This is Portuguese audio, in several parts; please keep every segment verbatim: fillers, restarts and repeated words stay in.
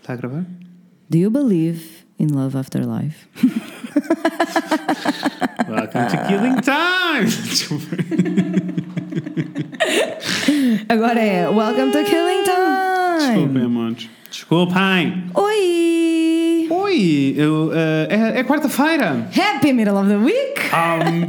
Está a gravar? Do you believe in love after life? Welcome to Killing Time! Agora é Welcome to Killing Time! Desculpem, amores. Desculpem! Oi! Oi! Eu, uh, é, é quarta-feira! Happy middle of the week! Um,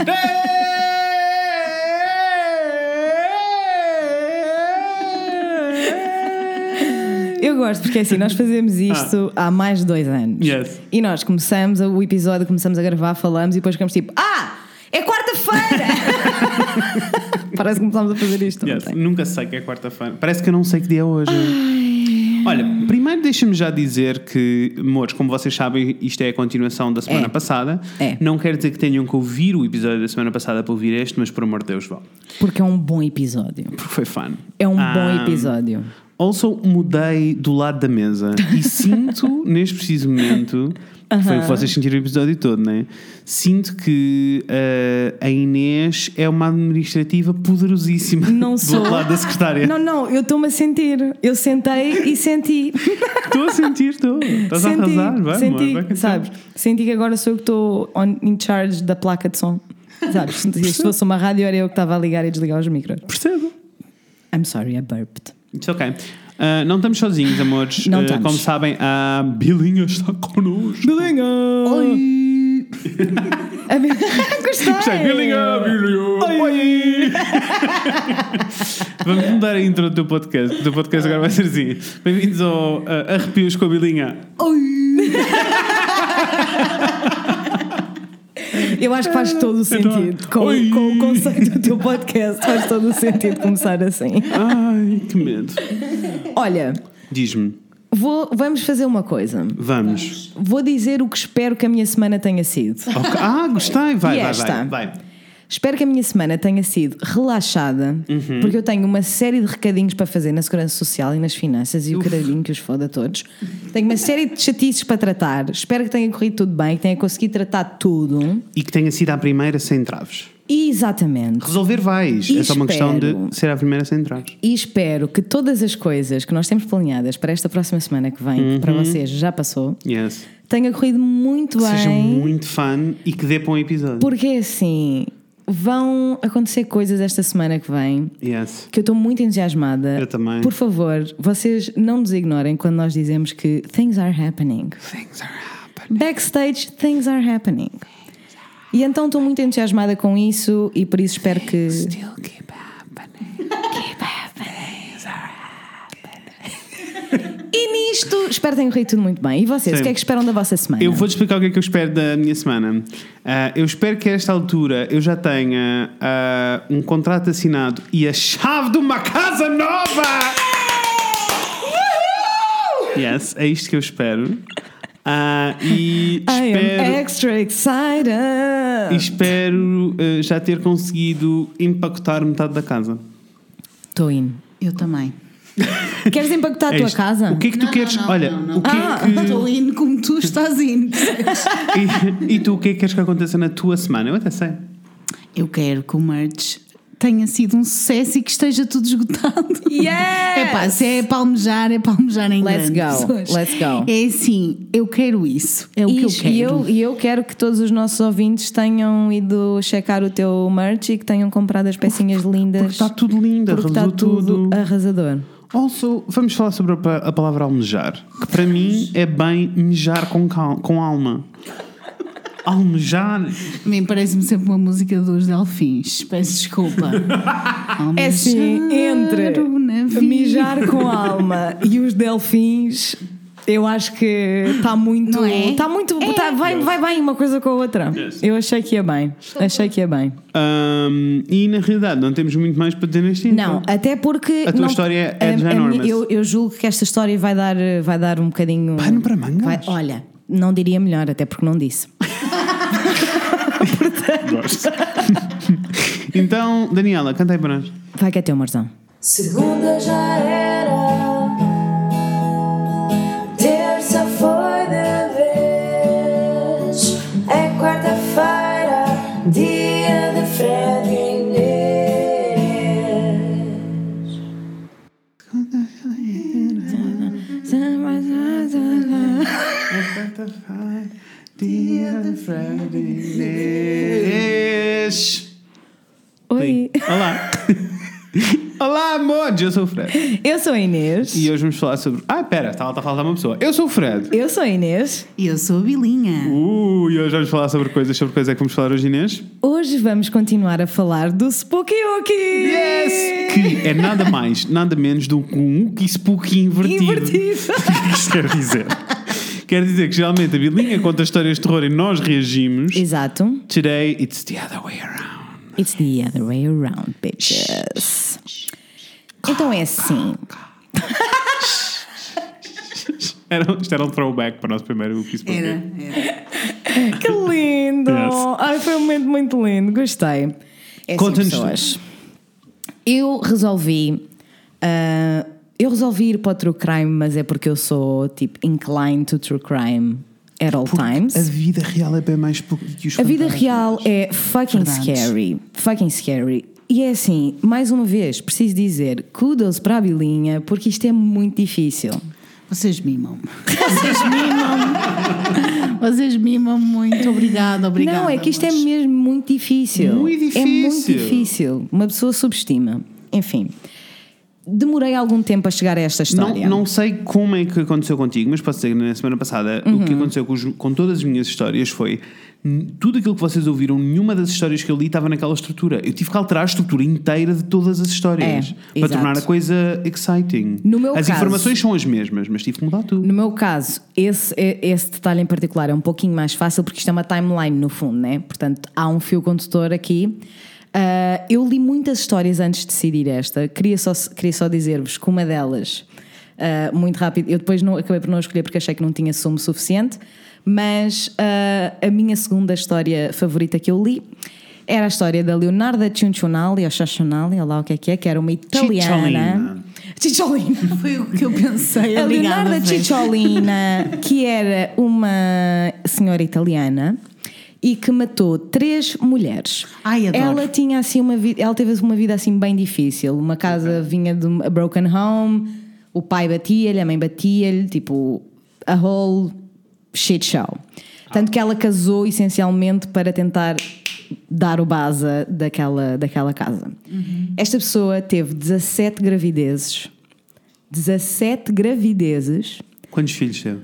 Eu gosto, porque assim, nós fazemos isto ah. há mais de dois anos. Yes. E nós começamos o episódio, começamos a gravar, falamos e depois ficamos tipo, ah, é quarta-feira! Parece que começámos a fazer isto. Yes. Nunca sei que é quarta-feira. Parece que eu não sei que dia é hoje. Ai. Olha, primeiro deixa-me já dizer que, amores, como vocês sabem, isto é a continuação da semana é. passada. É. Não quer dizer que tenham que ouvir o episódio da semana passada para ouvir este, mas por amor de Deus, vão. Porque é um bom episódio. Porque foi fun. É um ah, bom episódio. Also, mudei do lado da mesa e sinto, neste preciso momento, uh-huh. foi o que vocês sentiram o episódio todo, não é? Sinto que uh, a Inês é uma administrativa poderosíssima não do sou. outro lado da secretária. Não, não, eu estou-me a sentir. Eu sentei e senti. Estou a sentir, estou. Estás senti, a arrasar, vai, senti, amor, vai, sabes? Senti que agora sou eu que estou in charge da placa de som. Sabes? Se fosse uma rádio, era eu que estava a ligar e desligar os micros. Percebo. I'm sorry, I burped. It's ok. Uh, não estamos sozinhos, amores. Não uh, estamos. Como sabem, a Bilinha está connosco. Bilinha! Oi! Gostei! Gostei. Bilinha! Bilinha! Oi! Vamos mudar a intro do teu podcast. O teu podcast agora vai ser assim. Bem-vindos ao uh, Arrepios com a Bilinha. Oi! Eu acho que faz todo o sentido. Então, com, com o conceito do teu podcast, faz todo o sentido começar assim. Ai, que medo. Olha, diz-me. Vou, vamos fazer uma coisa. Vamos. Vou dizer o que espero que a minha semana tenha sido. Okay. Ah, gostei. Vai, e vai, esta? vai, vai. Espero que a minha semana tenha sido relaxada, uhum. porque eu tenho uma série de recadinhos para fazer na segurança social e nas finanças e Uf. o caralhinho que os foda a todos. Tenho uma série de chatices para tratar. Espero que tenha corrido tudo bem, que tenha conseguido tratar tudo. E que tenha sido à primeira sem traves. Exatamente. Resolver vais. E é só uma espero, questão de ser à primeira sem traves. E espero que todas as coisas que nós temos planeadas para esta próxima semana que vem, uhum. que para vocês já passou, yes. tenha corrido muito que bem. Seja muito fun e que dê para um episódio. Porque assim, vão acontecer coisas esta semana que vem yes. que eu estou muito entusiasmada. Eu também. Por favor, vocês não nos ignorem quando nós dizemos que things are happening. Things are happening. Backstage, things are happening. E então estou muito entusiasmada com isso e por isso espero que still keep happening. Keep happening. Things are happening. E nisto espero que tenham corrido tudo muito bem. E vocês, Sim. o que é que esperam da vossa semana? Eu vou-te explicar o que é que eu espero da minha semana. uh, Eu espero que a esta altura eu já tenha uh, um contrato assinado e a chave de uma casa nova. Yes, é isto que eu espero. Uh, e I espero, am extra excited. E espero uh, já ter conseguido empacotar metade da casa. Estou indo. Eu também. Queres empacotar a é tua isto. casa? O que é que tu não, queres? Não, não, Olha, não, não. o que ah, é que... Estou indo como tu estás indo. e, e tu, o que é que queres que aconteça na tua semana? Eu até sei. Eu quero que o merch tenha sido um sucesso e que esteja tudo esgotado. Yes! É pá, se é palmejar, é palmejar em Let's grande. go, Pessoas. let's go. É assim, eu quero isso. É o e, que eu quero. E eu, e eu quero que todos os nossos ouvintes tenham ido checar o teu merch e que tenham comprado as pecinhas lindas. Porque está tudo lindo, porque arrasou está tudo tudo. arrasador. Also, vamos falar sobre a, a palavra almejar, que para mim é bem mejar com, cal, com alma. Almejar. A mim parece-me sempre uma música dos Delfins. Peço desculpa. É assim, entre mijar com alma e os Delfins, eu acho que está muito. Não é? Está muito. É. Tá, vai, vai bem uma coisa com a outra. Yes. Eu achei que ia bem. Achei que ia bem. Um, e na realidade não temos muito mais para dizer neste intro. Não, até porque. A tua não, história é a, já a enorme. minha, eu, eu julgo que esta história vai dar, vai dar um bocadinho. Pano para mangas. Vai, olha, não diria melhor, até porque não disse. Gosto. Então, Daniela, canta aí para nós. Vai que é teu, Marzão. Segunda já era, terça foi de vez, é quarta-feira, dia de Fred e Inês. Dia de Fred Inês. Oi. Olá. Olá, amor. Eu sou o Fred. Eu sou a Inês. E hoje vamos falar sobre... Ah, pera, está a falar uma pessoa. Eu sou o Fred. Eu sou a Inês. E eu sou a Bilinha. Uh, e hoje vamos falar sobre coisas. Sobre coisas é que vamos falar hoje, Inês? Hoje vamos continuar a falar do Spooky-Ookie. Yes! Que é nada mais, nada menos do que um Ookie Spooky invertido. Invertido. O que é que isto quer dizer? Quer dizer que geralmente a Bilinha conta histórias de terror e nós reagimos. Exato. Today it's the other way around. It's the other way around, bitches. Então é assim. Era, isto era um throwback para o nosso primeiro Ookie Spooky. Era, era. Que lindo! Yes. Ai, foi um momento muito lindo, gostei. É assim, Conta-nos pessoas. Eu resolvi. ah, eu resolvi ir para o True Crime, mas é porque eu sou tipo inclined to True Crime at all times. A vida real é bem mais spooky que os A vida fantasmas. real é fucking Verdades. scary. Fucking scary. E é assim, mais uma vez, preciso dizer kudos para a Bilinha, porque isto é muito difícil. Vocês mimam. Vocês mimam. Vocês mimam muito. Obrigada, obrigada. Não, é que isto é amores. mesmo muito difícil. Muito É muito difícil. difícil. Uma pessoa subestima. Enfim. Demorei algum tempo a chegar a esta Não, história. não sei como é que aconteceu contigo, mas posso dizer que na semana passada Uhum. o que aconteceu com, os- com todas as minhas histórias foi n- tudo aquilo que vocês ouviram, nenhuma das histórias que eu li estava naquela estrutura. Eu tive que alterar a estrutura inteira de todas as histórias É, para exato. tornar a coisa exciting. No meu as caso- informações são as mesmas, mas tive que mudar tudo. No meu caso, esse, esse detalhe em particular é um pouquinho mais fácil porque isto é uma timeline no fundo, né? Portanto, há um fio condutor aqui. Ah, eu li muitas histórias antes de decidir esta. Queria só, queria só dizer-vos que uma delas, ah, muito rápido, eu depois não, acabei por não escolher porque achei que não tinha sumo suficiente, mas ah, a minha segunda história favorita que eu li era a história da Leonarda Ciunciunali, ou Ciunciunali, ou lá o que é que é, que era uma italiana. Cicciolina. Foi o que eu pensei. A Obrigada, Leonarda Fred. Cicciolina, que era uma senhora italiana e que matou três mulheres. Ai, adoro. Ela tinha assim uma vida, ela teve uma vida assim bem difícil. Uma casa vinha de uma broken home, o pai batia-lhe, a mãe batia-lhe, tipo a whole shit show. Tanto que ela casou essencialmente para tentar dar o base daquela, daquela casa. Esta pessoa teve dezassete gravidezes. dezassete gravidezes. Quantos filhos teve?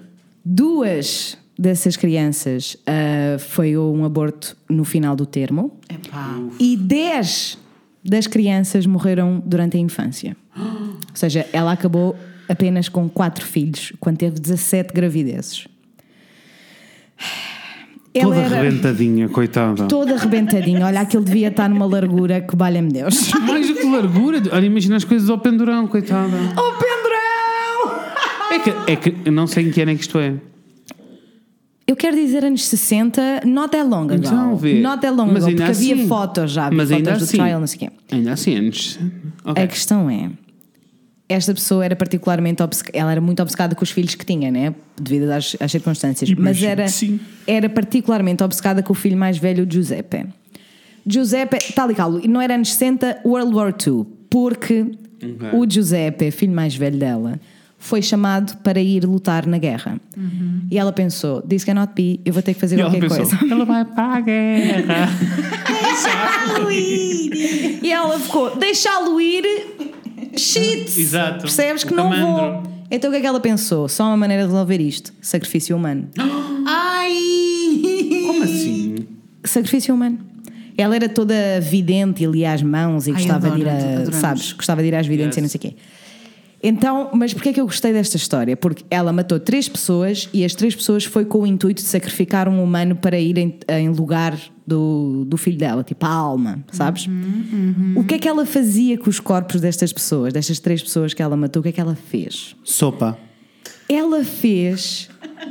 Duas dessas crianças ah, foi um aborto no final do termo Epá. e dez das crianças morreram durante a infância. Ou seja, ela acabou apenas com quatro filhos quando teve dezassete gravidezes. Ela Toda era arrebentadinha, coitada. toda arrebentadinha. Olha, aquilo devia estar numa largura que valha-me Deus. Mais do que largura. Olha, imagina as coisas ao pendurão, coitada. Oh, pendurão! É que, é que eu não sei em que ano é que isto é. Eu quero dizer anos sessenta, not that long ago. Então, vê. Not that long Mas ago, ainda porque havia assim- fotos já, havia mas fotos ainda do assim- trial, não sei o quê. Ainda assim, antes. Ok. A questão é, esta pessoa era particularmente obcecada, ela era muito obcecada com os filhos que tinha, né? Devido às, às circunstâncias, Imagino mas era, que sim. era particularmente obcecada com o filho mais velho, Giuseppe. Giuseppe, tal e qual, não era anos sessenta, World War Two, porque o Giuseppe, filho mais velho dela, foi chamado para ir lutar na guerra. E ela pensou, this cannot be, eu vou ter que fazer E ela qualquer pensou, coisa. ela vai para a guerra. E ela ficou, deixá-lo ir, shit! Exato. Percebes que O não camandro. vou. Então o que é que ela pensou? Só uma maneira de resolver isto: sacrifício humano. Ai! Como assim? Sacrifício humano. Ela era toda vidente e lia as mãos e Ai, gostava de ir adoro, a, adoramos. sabes, gostava de ir às videntes Yes. e não sei o quê. Então, mas porquê é que eu gostei desta história? Porque ela matou três pessoas e as três pessoas foi com o intuito de sacrificar um humano para ir em, em lugar do, do filho dela, tipo a alma, sabes? O que é que ela fazia com os corpos destas pessoas, destas três pessoas que ela matou? O que é que ela fez? Sopa. Ela fez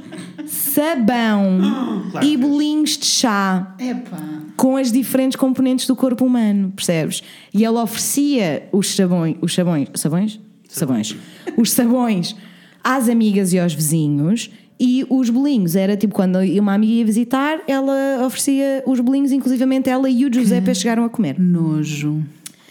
sabão Claro e que fez. bolinhos de chá Epá. com as diferentes componentes do corpo humano, percebes? E ela oferecia os sabões, os sabões, sabões? Sabões. Os sabões às amigas e aos vizinhos e os bolinhos. Era tipo quando uma amiga ia visitar, ela oferecia os bolinhos, inclusivamente ela e o Giuseppe chegaram a comer. Nojo.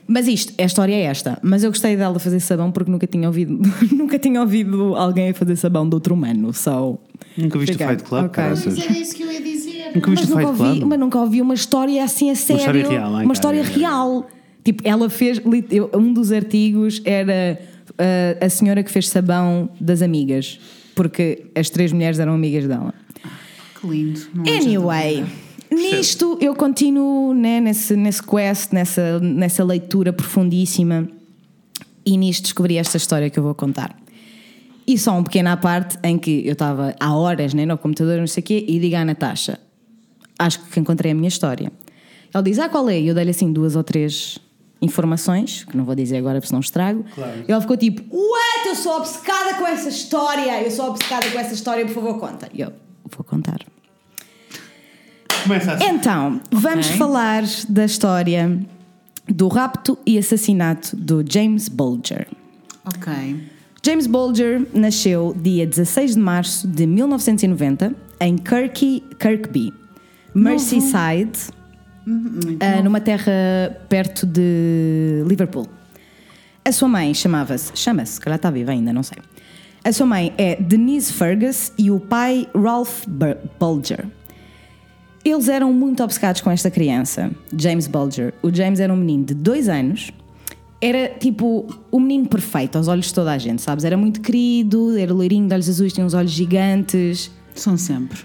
Mas isto, a história é esta. Mas eu gostei dela fazer sabão porque nunca tinha ouvido nunca tinha ouvido alguém a fazer sabão de outro humano. So, Nunca viste o fiquei. Fight Club, Ok. caraças? Mas era isso que eu ia dizer. Nunca viste mas, o nunca Fight ouvi, Club? mas nunca ouvi uma história assim a sério. história real, ai, Uma cara. história real. Tipo, ela fez. eu- Um dos artigos era uh, a senhora que fez sabão das amigas. Porque as três mulheres eram amigas dela. Que lindo. Não é Anyway, nisto eu continuo né, nesse, nesse quest, nessa, nessa leitura profundíssima. E nisto descobri esta história que eu vou contar. E só um pequeno à parte em que eu estava há horas né, no computador, não sei o quê, e digo à Natasha: acho que encontrei a minha história. Ela diz: ah, qual é? E eu dei-lhe assim duas ou três informações, que não vou dizer agora porque senão estrago. Claro. E ela ficou tipo: what? Eu sou obcecada com essa história. Eu sou obcecada com essa história, por favor, conta. E eu vou contar. Começa assim. Então, vamos falar da história do rapto e assassinato do James Bulger. Ok. James Bulger nasceu dia dezasseis de março de mil novecentos e noventa em Kirky, Kirkby, Merseyside, ah, numa terra perto de Liverpool. A sua mãe chamava-se, chama-se, se calhar está viva ainda, não sei. A sua mãe é Denise Fergus e o pai Ralph Bur- Bulger. Eles eram muito obcecados com esta criança, James Bulger. O James era um menino de dois anos. Era tipo o menino perfeito aos olhos de toda a gente, sabes? Era muito querido, era loirinho de olhos azuis, tinha uns olhos gigantes. São sempre.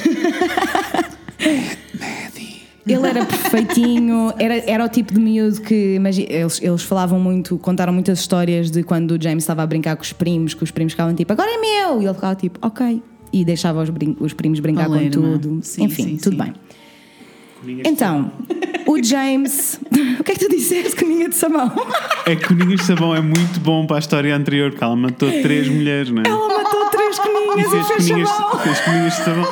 Ele era perfeitinho, era, era o tipo de miúdo que imagina, eles, eles falavam muito, contaram muitas histórias de quando o James estava a brincar com os primos, que os primos ficavam tipo, agora é meu! E ele ficava tipo, ok. E deixava os, brin- os primos brincar Valer, com não é? tudo. Sim, Enfim, sim, tudo sim. bem. Então, o James. O que é que tu disseste, coninha de sabão? É que Coninhas de Sabão é muito bom para a história anterior, porque ela matou três mulheres, não é? Ela matou três coninhas e, fez fez coninhas, sabão. fez Coninhas de Sabão.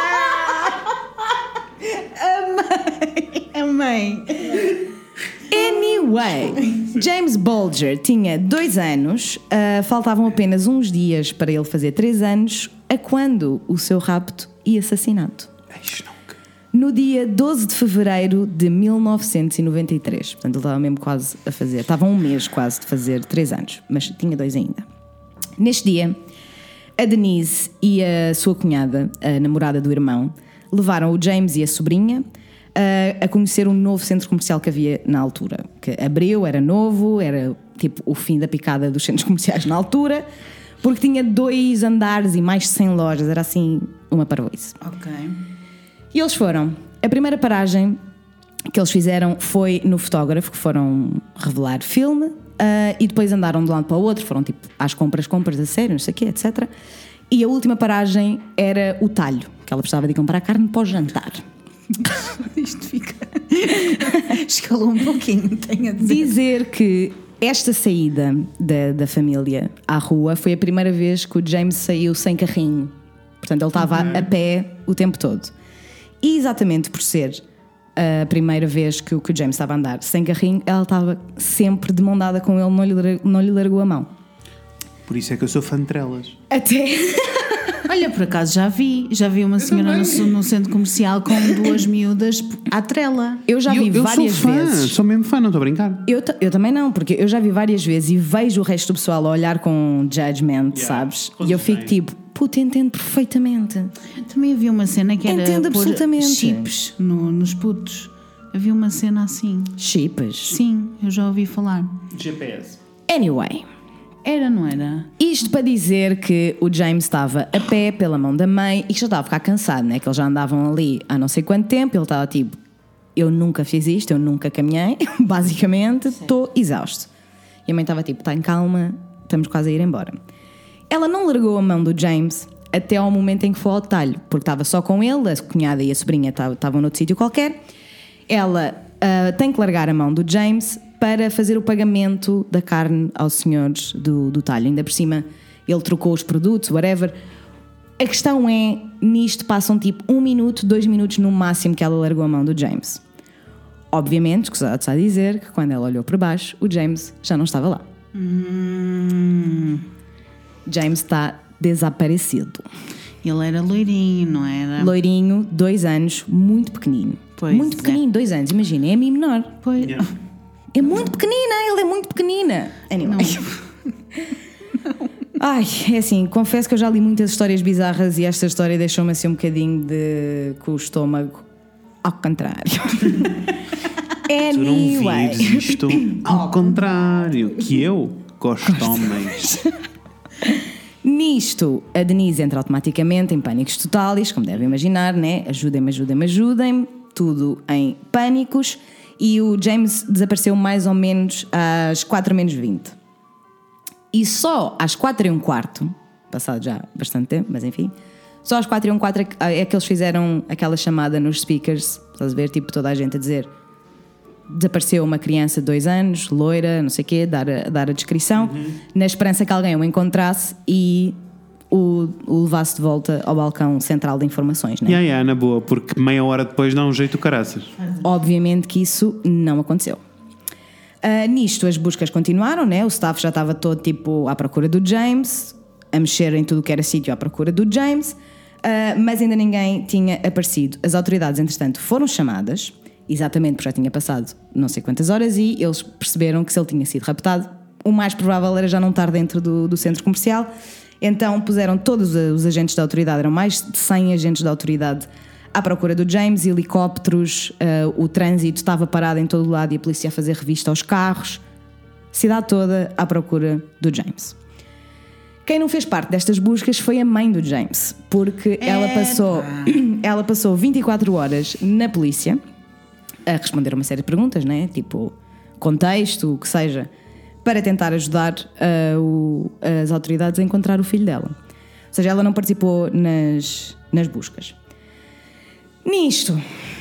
Amém. Anyway, James Bulger tinha dois anos, ah, faltavam apenas uns dias para ele fazer três anos, a quando o seu rapto e assassinato. Eixe, nunca. No dia doze de fevereiro de mil novecentos e noventa e três. Portanto, ele estava mesmo quase a fazer, estava um mês quase de fazer três anos, mas tinha dois ainda. Neste dia, a Denise e a sua cunhada, a namorada do irmão, levaram o James e a sobrinha a, a conhecer um novo centro comercial que havia na altura. Que abriu, era novo, era tipo o fim da picada dos centros comerciais na altura, porque tinha dois andares e mais de cem lojas, era assim uma parvoíce. Ok. E eles foram. A primeira paragem que eles fizeram foi no fotógrafo, que foram revelar filme, uh, e depois andaram de um lado para o outro, foram tipo às compras, compras a sério, não sei o quê, etcétera. E a última paragem era o talho, que ela precisava de comprar carne para o jantar. Isto fica. Escalou um pouquinho, tenho a dizer. Dizer que esta saída da, da família à rua foi a primeira vez que o James saiu sem carrinho. Portanto, ele estava a pé o tempo todo. E exatamente por ser a primeira vez que o, que o James estava a andar sem carrinho, ela estava sempre de mão dada com ele, não lhe, não lhe largou a mão. Por isso é que eu sou fã de trelas. Até. Olha, por acaso já vi, já vi uma senhora no, no centro comercial com duas miúdas à trela. Eu já vi eu, eu várias sou fã, vezes. sou mesmo fã, não estou a brincar. Eu, ta- eu também não, porque eu já vi várias vezes e vejo o resto do pessoal a olhar com judgment, Yeah, sabes? com E eu fico bem. tipo, puta, entendo perfeitamente. Também havia uma cena que era Entendo pôr absolutamente. chips no- nos putos. Havia uma cena assim. Chipas. Sim, eu já ouvi falar. G P S. Anyway, Era, não era? isto para dizer que o James estava a pé pela mão da mãe e que já estava a ficar cansado, né? Que eles já andavam ali há não sei quanto tempo. Ele estava tipo, eu nunca fiz isto, eu nunca caminhei, basicamente, estou exausto. E a mãe estava tipo, está em calma, estamos quase a ir embora. Ela não largou a mão do James até ao momento em que foi ao talho, porque estava só com ele, a cunhada e a sobrinha estavam estavam noutro sítio qualquer. Ela ah, tem que largar a mão do James para fazer o pagamento da carne aos senhores do, do talho. Ainda por cima, ele trocou os produtos, whatever. A questão é, nisto passam tipo um minuto, dois minutos no máximo que ela largou a mão do James. Obviamente, escusado-se a dizer que quando ela olhou por baixo, o James já não estava lá. Hum, James está desaparecido. ele era loirinho, não era? Loirinho, dois anos, muito pequenino. Pois muito é. pequenino, dois anos, imagina, é a mim menor. Pois. Yeah. É muito pequenina, ela é muito pequenina. Anyway. Ai, é assim, confesso que eu já li muitas histórias bizarras e esta história deixou-me assim um bocadinho de com o estômago ao contrário. Tu não Anyway. vives isto ao contrário, que eu gosto de homens. Nisto, a Denise entra automaticamente em pânicos totais, como devem imaginar, né? Ajudem-me, ajudem-me, ajudem-me. Tudo em pânicos. E o James desapareceu mais ou menos às quatro menos vinte. E só às quatro e um quarto, passado já bastante tempo, mas enfim, só às quatro e um quarto é que eles fizeram aquela chamada nos speakers, estás a ver, tipo toda a gente a dizer desapareceu uma criança de dois anos, loira, não sei o quê, dar a, dar a descrição, uhum. na esperança que alguém o encontrasse e o, o levasse de volta ao balcão central de informações, não é? Yeah, yeah, na boa, porque meia hora depois dá um jeito caraças. Obviamente que isso não aconteceu. Uh, nisto as buscas continuaram, né? O staff já estava todo tipo à procura do James, a mexer em tudo o que era sítio à procura do James, uh, mas ainda ninguém tinha aparecido. As autoridades, entretanto, foram chamadas, exatamente porque já tinha passado não sei quantas horas, e eles perceberam que se ele tinha sido raptado, o mais provável era já não estar dentro do, do centro comercial. Então puseram todos os agentes da autoridade, eram mais de cem agentes da autoridade à procura do James, helicópteros, uh, o trânsito estava parado em todo o lado e a polícia a fazer revista aos carros, cidade toda à procura do James. Quem não fez parte destas buscas foi a mãe do James, porque ela passou, ela passou vinte e quatro horas na polícia a responder uma série de perguntas, né? Tipo contexto, o que seja, para tentar ajudar uh, o, as autoridades a encontrar o filho dela. Ou seja, ela não participou nas, nas buscas. Nisto,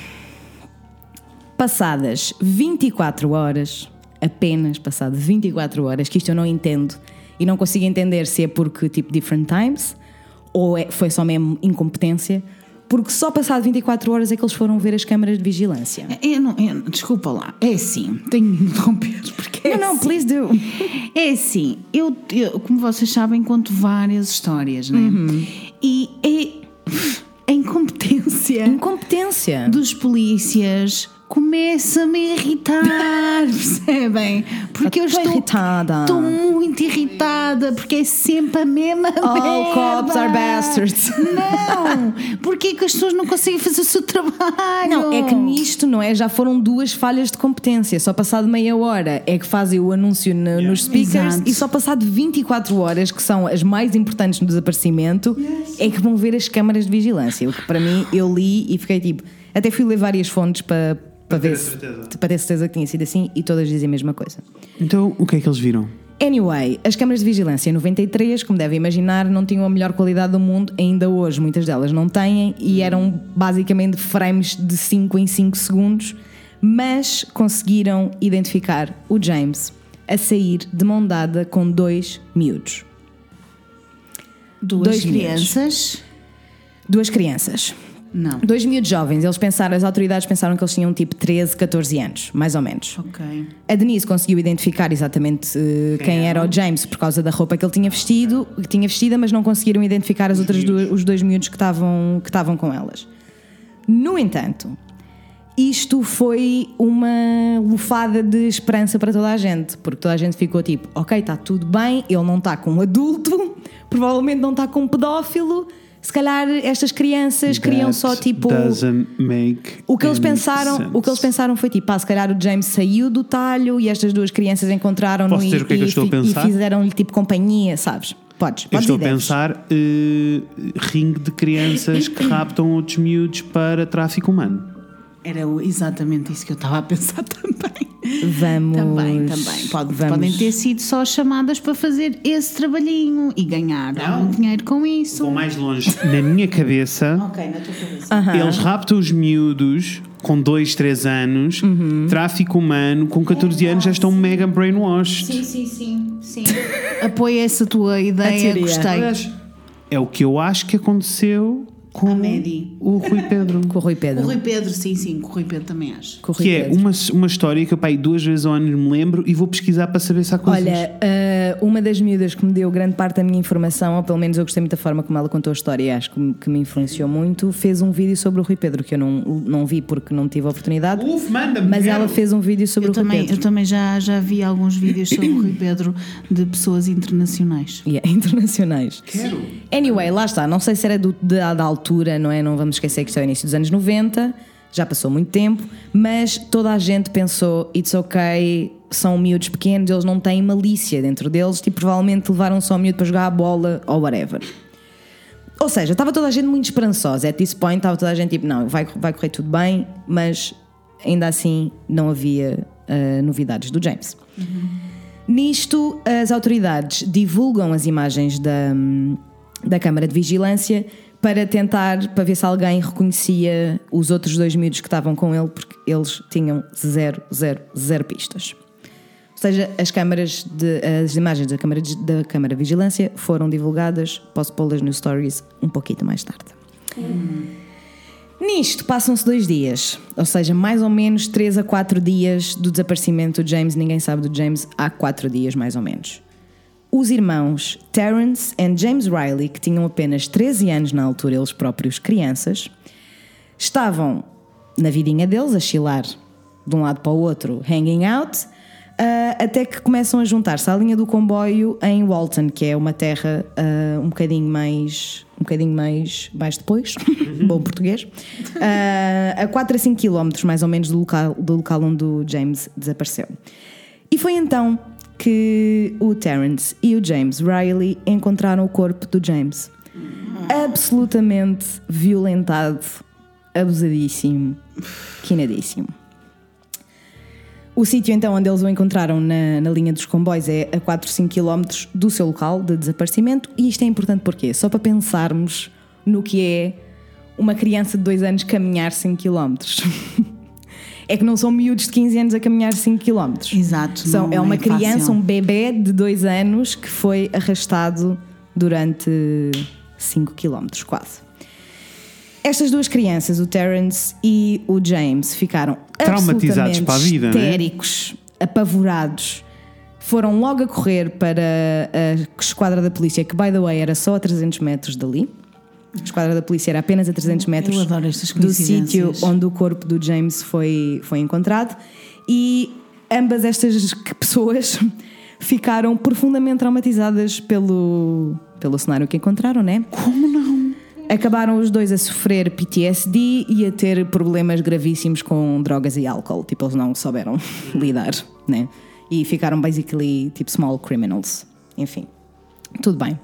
passadas vinte e quatro horas, apenas passado vinte e quatro horas, que isto eu não entendo e não consigo entender se é porque tipo different times ou é, foi só mesmo incompetência, porque só passado vinte e quatro horas é que eles foram ver as câmaras de vigilância. Eu não, eu, desculpa lá, é assim, tenho de interromper porque é Não, não, assim. please do. É assim, eu, eu, como vocês sabem, conto várias histórias, não é? Uhum. E é a incompetência, Incompetência dos polícias começa-me a irritar, percebem? Porque eu, eu estou estou irritada. Estou muito irritada, porque é sempre a mesma All merda. cops are bastards. Não, porque é que as pessoas não conseguem fazer o seu trabalho? Não, é que nisto, não é? Já foram duas falhas de competência. Só passado meia hora é que fazem o anúncio no, yeah. nos speakers. Exato. E só passado vinte e quatro horas, que são as mais importantes no desaparecimento, yes. é que vão ver as câmaras de vigilância. O que para mim, eu li e fiquei tipo... Até fui ler várias fontes para, para, ver se, para ter certeza que tinha sido assim, e todas dizem a mesma coisa. Então, o que é que eles viram? Anyway, as câmaras de vigilância em noventa e três, como devem imaginar, não tinham a melhor qualidade do mundo. Ainda hoje muitas delas não têm, e eram basicamente frames de cinco em cinco segundos, mas conseguiram identificar o James a sair de mão dada com dois miúdos. Duas dois crianças? Miúdos. Duas crianças. Não. Dois miúdos jovens. Eles pensaram, as autoridades pensaram que eles tinham tipo treze, catorze anos, mais ou menos. Ok. A Denise conseguiu identificar exatamente uh, quem, quem era o James por causa da roupa que ele tinha vestido, que tinha vestida, mas não conseguiram identificar as os outras duas, os dois miúdos que estavam que estavam com elas. No entanto, isto foi uma lufada de esperança para toda a gente, porque toda a gente ficou tipo, ok, está tudo bem, ele não está com um adulto, provavelmente não está com um pedófilo. Se calhar estas crianças queriam só tipo doesn't make o que eles pensaram sense. o que eles pensaram foi tipo, ah, se calhar o James saiu do talho e estas duas crianças encontraram-no e, o que é que eu estou a pensar? E fizeram-lhe tipo companhia, sabes? Podes, eu podes estou e a pensar uh, ringue de crianças que raptam outros miúdos para tráfico humano. Era exatamente isso que eu estava a pensar também. Vamos. Também, também. Pode, vamos. Podem ter sido só chamadas para fazer esse trabalhinho e ganhar algum dinheiro com isso. Vou mais longe. Na minha cabeça, ok, na tua cabeça. Uh-huh. Eles raptam os miúdos com dois, três anos, uhum. tráfico humano, com catorze é, anos já estão sim. mega brainwashed. Sim, sim, sim. sim. Apoio essa tua ideia, gostei. É o que eu acho que aconteceu com A Maddie. o Rui Pedro. Com o Rui Pedro. O Rui Pedro, sim, sim, com o Rui Pedro também acho. Com o Rui Que é Pedro. uma, uma história que eu pai duas vezes ao ano me lembro e vou pesquisar para saber se há coisas. Olha, uh, uma das miúdas que me deu grande parte da minha informação, ou pelo menos eu gostei muito da forma como ela contou a história e acho que me, que me influenciou muito, fez um vídeo sobre o Rui Pedro, que eu não, não vi porque não tive a oportunidade. Uf, manda-me, mas quero. ela fez um vídeo sobre Eu o Rui também, Pedro. eu também já, já vi alguns vídeos sobre o Rui Pedro de pessoas internacionais. Yeah, internacionais. Quero. Anyway, lá está. Não sei se era do, da, da altura, não é? Não vamos esquecer que isto é o início dos anos noventa, já passou muito tempo, mas toda a gente pensou: it's ok, são miúdos pequenos, eles não têm malícia dentro deles, tipo, provavelmente levaram só o miúdo para jogar a bola ou whatever. Ou seja, estava toda a gente muito esperançosa. At this point, estava toda a gente tipo: não, vai, vai correr tudo bem, mas ainda assim não havia uh, novidades do James. Uhum. Nisto, as autoridades divulgam as imagens da, da câmara de vigilância para tentar, para ver se alguém reconhecia os outros dois miúdos que estavam com ele, porque eles tinham zero, zero, zero pistas. Ou seja, as câmaras de, as imagens da câmara de, da câmara de vigilância foram divulgadas, posso pô-las nos stories um pouquinho mais tarde. Hum. Nisto passam-se dois dias, ou seja, mais ou menos três a quatro dias do desaparecimento do James. Ninguém sabe do James há quatro dias mais ou menos. Os irmãos Terrence e James Riley, que tinham apenas treze anos na altura, eles próprios crianças, estavam na vidinha deles, a chilar de um lado para o outro, hanging out, uh, até que começam a juntar-se à linha do comboio em Walton, que é uma terra uh, um bocadinho mais... um bocadinho mais, mais depois, bom português, uh, a quatro a cinco quilómetros mais ou menos do local, do local onde o James desapareceu. E foi então que o Terrence e o James Riley encontraram o corpo do James, absolutamente violentado, abusadíssimo, quinadíssimo. O sítio então onde eles o encontraram na, na linha dos comboios é a quatro a cinco quilómetros do seu local de desaparecimento. E isto é importante porquê? Só para pensarmos no que é uma criança de dois anos caminhar cinco quilómetros. É que não são miúdos de quinze anos a caminhar cinco quilómetros. Exato. São, é uma é criança, fácil. um bebê de dois anos que foi arrastado durante cinco quilómetros quase. Estas duas crianças, o Terrence e o James, ficaram traumatizados para a vida, histéricos, né? Apavorados. Foram logo a correr para a esquadra da polícia, que, by the way, era só a trezentos metros dali. A esquadra da polícia era apenas a trezentos metros Eu adoro estas do sítio coincidências. onde o corpo do James foi, foi encontrado. E ambas estas pessoas ficaram profundamente traumatizadas pelo, pelo cenário que encontraram, né? Como não? Acabaram os dois a sofrer P T S D e a ter problemas gravíssimos com drogas e álcool. Tipo, eles não souberam lidar, né? E ficaram basically tipo small criminals. Enfim, tudo bem.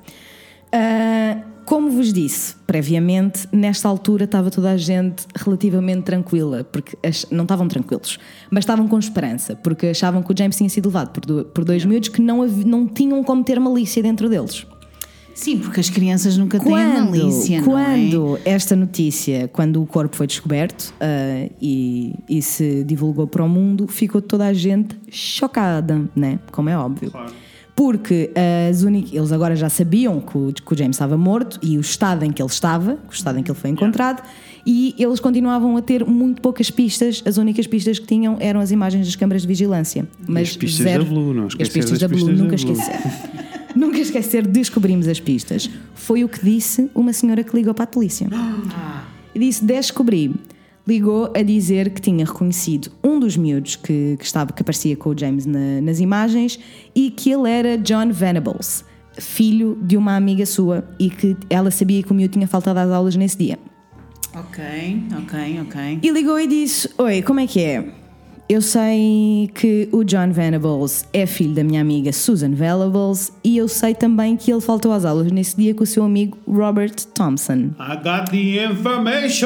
Uh, como vos disse previamente, nesta altura estava toda a gente relativamente tranquila, porque ach- não estavam tranquilos, mas estavam com esperança, porque achavam que o James tinha sido levado por, do- por dois miúdos que não, hav- não tinham como ter malícia dentro deles. Sim, porque as crianças nunca têm a malícia, não é? quando esta notícia, quando o corpo foi descoberto uh, e, e se divulgou para o mundo, ficou toda a gente chocada, né? Como é óbvio. Claro. Porque as únicas, eles agora já sabiam que o, que o James estava morto e o estado em que ele estava, o estado em que ele foi encontrado, e eles continuavam a ter muito poucas pistas. As únicas pistas que tinham eram as imagens das câmaras de vigilância. Mas as pistas zero, da Blue, não as esquecer pistas das da Blue, pistas da nunca Blue. esquecer. Nunca esquecer, descobrimos as pistas. Foi o que disse uma senhora que ligou para a polícia. E disse: descobri. Ligou a dizer que tinha reconhecido um dos miúdos que, que, estava, que aparecia com o James na, nas imagens e que ele era John Venables, filho de uma amiga sua, e que ela sabia que o miúdo tinha faltado às aulas nesse dia. Ok, ok, ok. E ligou e disse: oi, como é que é? Eu sei que o John Venables é filho da minha amiga Susan Venables e eu sei também que ele faltou às aulas nesse dia com o seu amigo Robert Thompson. I got the information!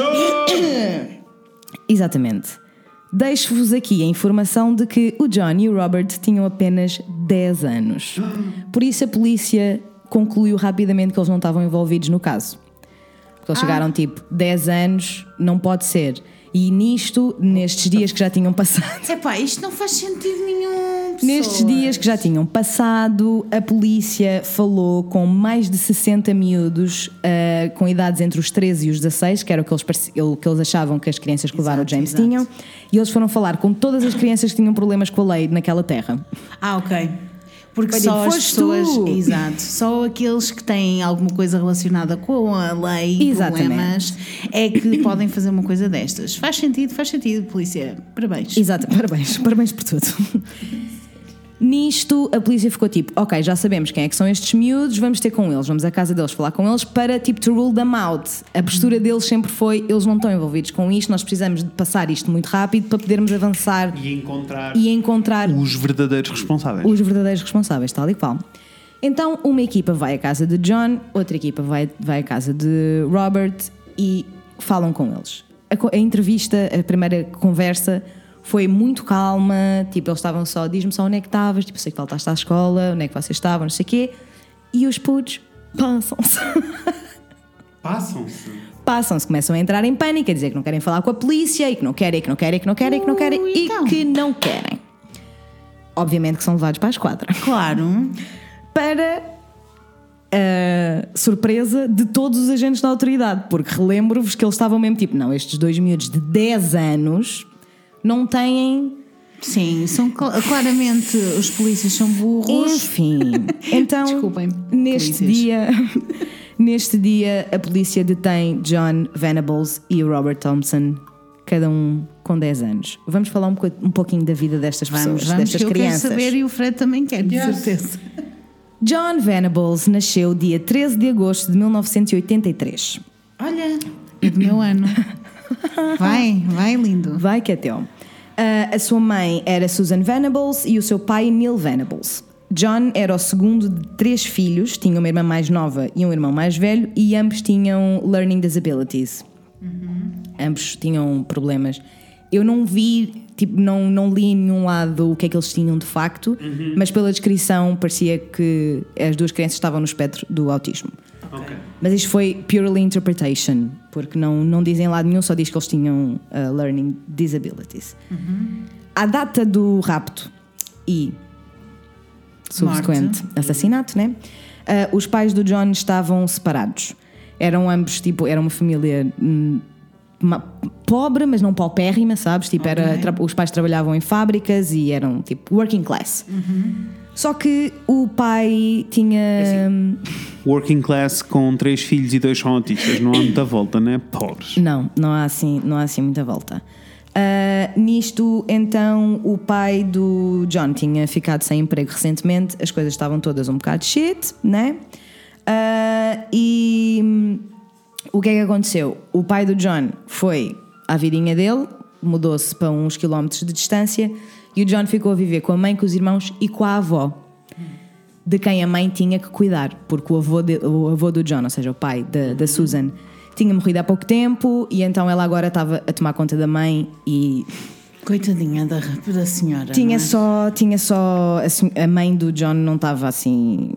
Exatamente. Deixo-vos aqui a informação de que o John e o Robert tinham apenas dez anos. Por isso a polícia concluiu rapidamente que eles não estavam envolvidos no caso. Porque eles chegaram tipo, dez anos, não pode ser. E nisto, nestes dias que já tinham passado. Epá, isto não faz sentido nenhum. Pessoas. Nestes dias que já tinham passado, a polícia falou com mais de sessenta miúdos uh, com idades entre os treze e os dezasseis, que era o que eles, o que eles achavam que as crianças que levaram o James exato. tinham. E eles foram falar com todas as crianças que tinham problemas com a lei naquela terra. Ah, ok. Porque Foi só tipo, as "Foste pessoas, tu." exato, só aqueles que têm alguma coisa relacionada com a lei e Exatamente. problemas é que podem fazer uma coisa destas. Faz sentido, faz sentido, polícia. Parabéns. Exato, parabéns, parabéns por tudo. Nisto, a polícia ficou tipo, ok, já sabemos quem é que são estes miúdos, vamos ter com eles, vamos à casa deles falar com eles para, tipo, to rule them out. A postura deles sempre foi, eles não estão envolvidos com isto, nós precisamos de passar isto muito rápido para podermos avançar E encontrar, e encontrar os verdadeiros responsáveis. os verdadeiros responsáveis, tal e qual. Então, uma equipa vai à casa de John, outra equipa vai, vai à casa de Robert e falam com eles. A, co- a entrevista, a primeira conversa foi muito calma, tipo, eles estavam só, diz-me só onde é que estavas, tipo, sei que faltaste à escola, onde é que vocês estavam, não sei o quê, e os putos passam-se. Passam-se. Passam-se, começam a entrar em pânico, a dizer que não querem falar com a polícia, e que não querem, e que não querem, e que não querem, e que não querem, Ui, e então. que não querem. Obviamente que são levados para a esquadra. Claro. Para a surpresa de todos os agentes da autoridade, porque relembro-vos que eles estavam mesmo tipo, não, estes dois miúdos de dez anos não têm... Sim, são cl- claramente os polícias são burros. Enfim, então Desculpem, neste polícias. dia neste dia a polícia detém John Venables e o Robert Thompson, cada um com dez anos. Vamos falar um, pouco, um pouquinho da vida destas Vamos, pessoas, vamos, destas que eu crianças. quero saber e o Fred também quer, de Yes. certeza. John Venables nasceu dia treze de agosto de mil novecentos e oitenta e três. Olha, é do meu ano. Vai, vai, lindo. Vai que é teu. Uh, a sua mãe era Susan Venables e o seu pai Neil Venables. John era o segundo de três filhos, tinha uma irmã mais nova e um irmão mais velho, e ambos tinham learning disabilities. Uhum. Ambos tinham problemas. Eu não vi, tipo, não, não li em nenhum lado o que é que eles tinham de facto, uhum. mas pela descrição parecia que as duas crianças estavam no espectro do autismo. Ok. Mas isto foi purely interpretation, porque não, não dizem lado nenhum, só diz que eles tinham uh, learning disabilities. Uhum. À data do rapto e subsequente Morte. assassinato, né? Uh, os pais do John estavam separados. Eram ambos, tipo, era uma família hum, ma- pobre, mas não paupérrima, sabes? Tipo, era, Ok. tra- os pais trabalhavam em fábricas e eram, tipo, working class. Só que o pai tinha... hum, Working class com três filhos e dois são autistas. Não há muita volta, né? Pobres. Não, não há assim, não há assim muita volta. Uh, nisto, então, o pai do John tinha ficado sem emprego recentemente, as coisas estavam todas um bocado shit, né? Uh, e hum, o que é que aconteceu? O pai do John foi à vidinha dele, mudou-se para uns quilómetros de distância, e o John ficou a viver com a mãe, com os irmãos e com a avó, de quem a mãe tinha que cuidar, porque o avô, de, o avô do John, ou seja, o pai da, da Susan, tinha morrido há pouco tempo, e então ela agora estava a tomar conta da mãe e Coitadinha da, da senhora. tinha não é? só, tinha só a, sen- a mãe do John não estava assim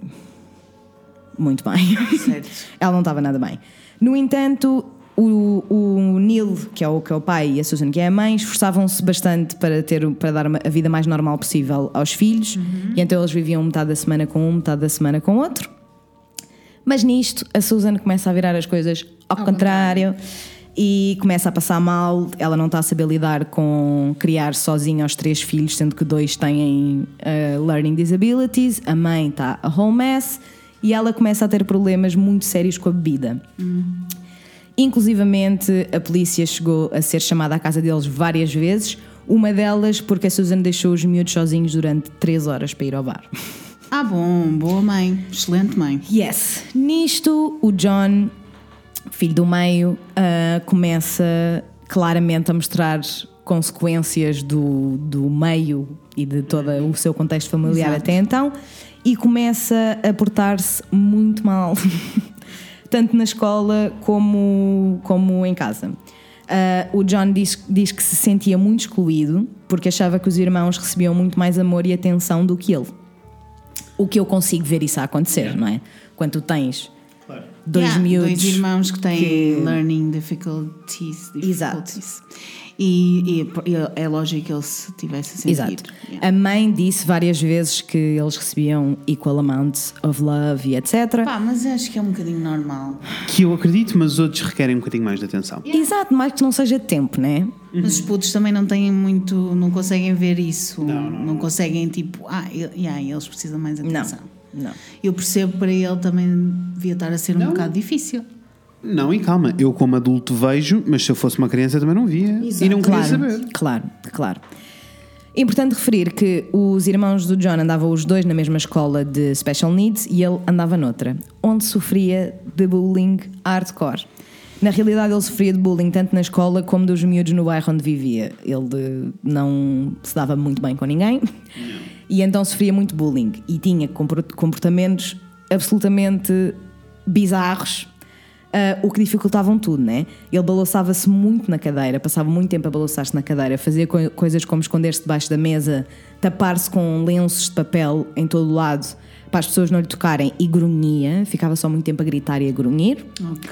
muito bem. Certo. Ela não estava nada bem. No entanto, o, o Neil, que é o, que é o pai, e a Susan, que é a mãe, esforçavam-se bastante para, ter, para dar uma- a vida mais normal possível aos filhos, e então eles viviam metade da semana com um, metade da semana com outro. Mas nisto, a Susan começa a virar as coisas ao, Ao contrário, e começa a passar mal. Ela não está a saber lidar com criar sozinha os três filhos, sendo que dois têm uh, learning disabilities. A mãe está a whole mess, e ela começa a ter problemas muito sérios com a bebida. Inclusivamente, a polícia chegou a ser chamada à casa deles várias vezes, uma delas porque a Susan deixou os miúdos sozinhos durante três horas para ir ao bar. Ah, bom, boa mãe, excelente mãe. Yes. Nisto, o John, filho do meio, uh, começa claramente a mostrar consequências do, do meio e de todo o seu contexto familiar. Exato. Até então, e começa a portar-se muito mal, tanto na escola como, como em casa. Uh, o John diz, diz que se sentia muito excluído porque achava que os irmãos recebiam muito mais amor e atenção do que ele. O que eu consigo ver isso a acontecer, não é? Quando tu tens Claro. dois Yeah, miúdos. Dois irmãos que têm que- learning difficulties. Exato. difficulties. E, e é lógico que ele se tivesse a sentir. Exato. Yeah. A mãe disse várias vezes que eles recebiam equal amounts of love e etcétera. Pá, mas acho que é um bocadinho normal. Que eu acredito, mas os outros requerem um bocadinho mais de atenção. Exato, mais que não seja tempo, né? Mas os putos também não têm muito, não conseguem ver isso. Não, não. conseguem tipo, ah, eu- yeah, eles precisam mais atenção. Não. Eu percebo, para ele também devia estar a ser um Não. bocado difícil. Não, e calma, eu como adulto vejo, mas se eu fosse uma criança também não via. Exato. E não queria Claro, saber. claro, claro. Importante referir que os irmãos do John andavam os dois na mesma escola de Special Needs e ele andava noutra, onde sofria de bullying hardcore. Na realidade, ele sofria de bullying tanto na escola como dos miúdos no bairro onde vivia. Ele não se dava muito bem com ninguém e então sofria muito bullying e tinha comportamentos absolutamente bizarros. Uh, o que dificultavam tudo, né? Ele balançava-se muito na cadeira, passava muito tempo a balançar-se na cadeira, fazia co- coisas como esconder-se debaixo da mesa, tapar-se com lenços de papel em todo o lado para as pessoas não lhe tocarem e grunhia, ficava só muito tempo a gritar e a grunhir. Ok.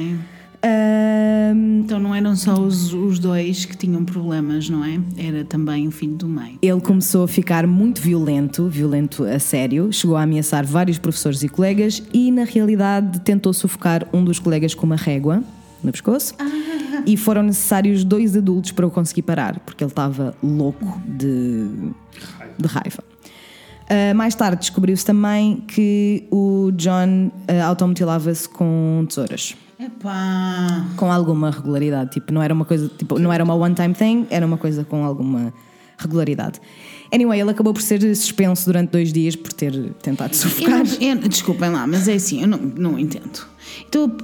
Uh, Então não eram só os, os dois que tinham problemas, não é? Era também o filho do meio. ele começou a ficar muito violento, violento a sério, chegou a ameaçar vários professores e colegas e, na realidade, tentou sufocar um dos colegas com uma régua no pescoço. E foram necessários dois adultos para o conseguir parar, porque ele estava louco de, de raiva. Uh, mais tarde descobriu-se também que o John uh, automutilava-se com tesouras. Epá. Com alguma regularidade, tipo, não era uma coisa, tipo, não era uma one-time thing, era uma coisa com alguma regularidade. Anyway, ele acabou por ser suspenso durante dois dias por ter tentado Eu sufocar. não, eu, desculpem lá, mas é assim, eu não, não entendo. Então,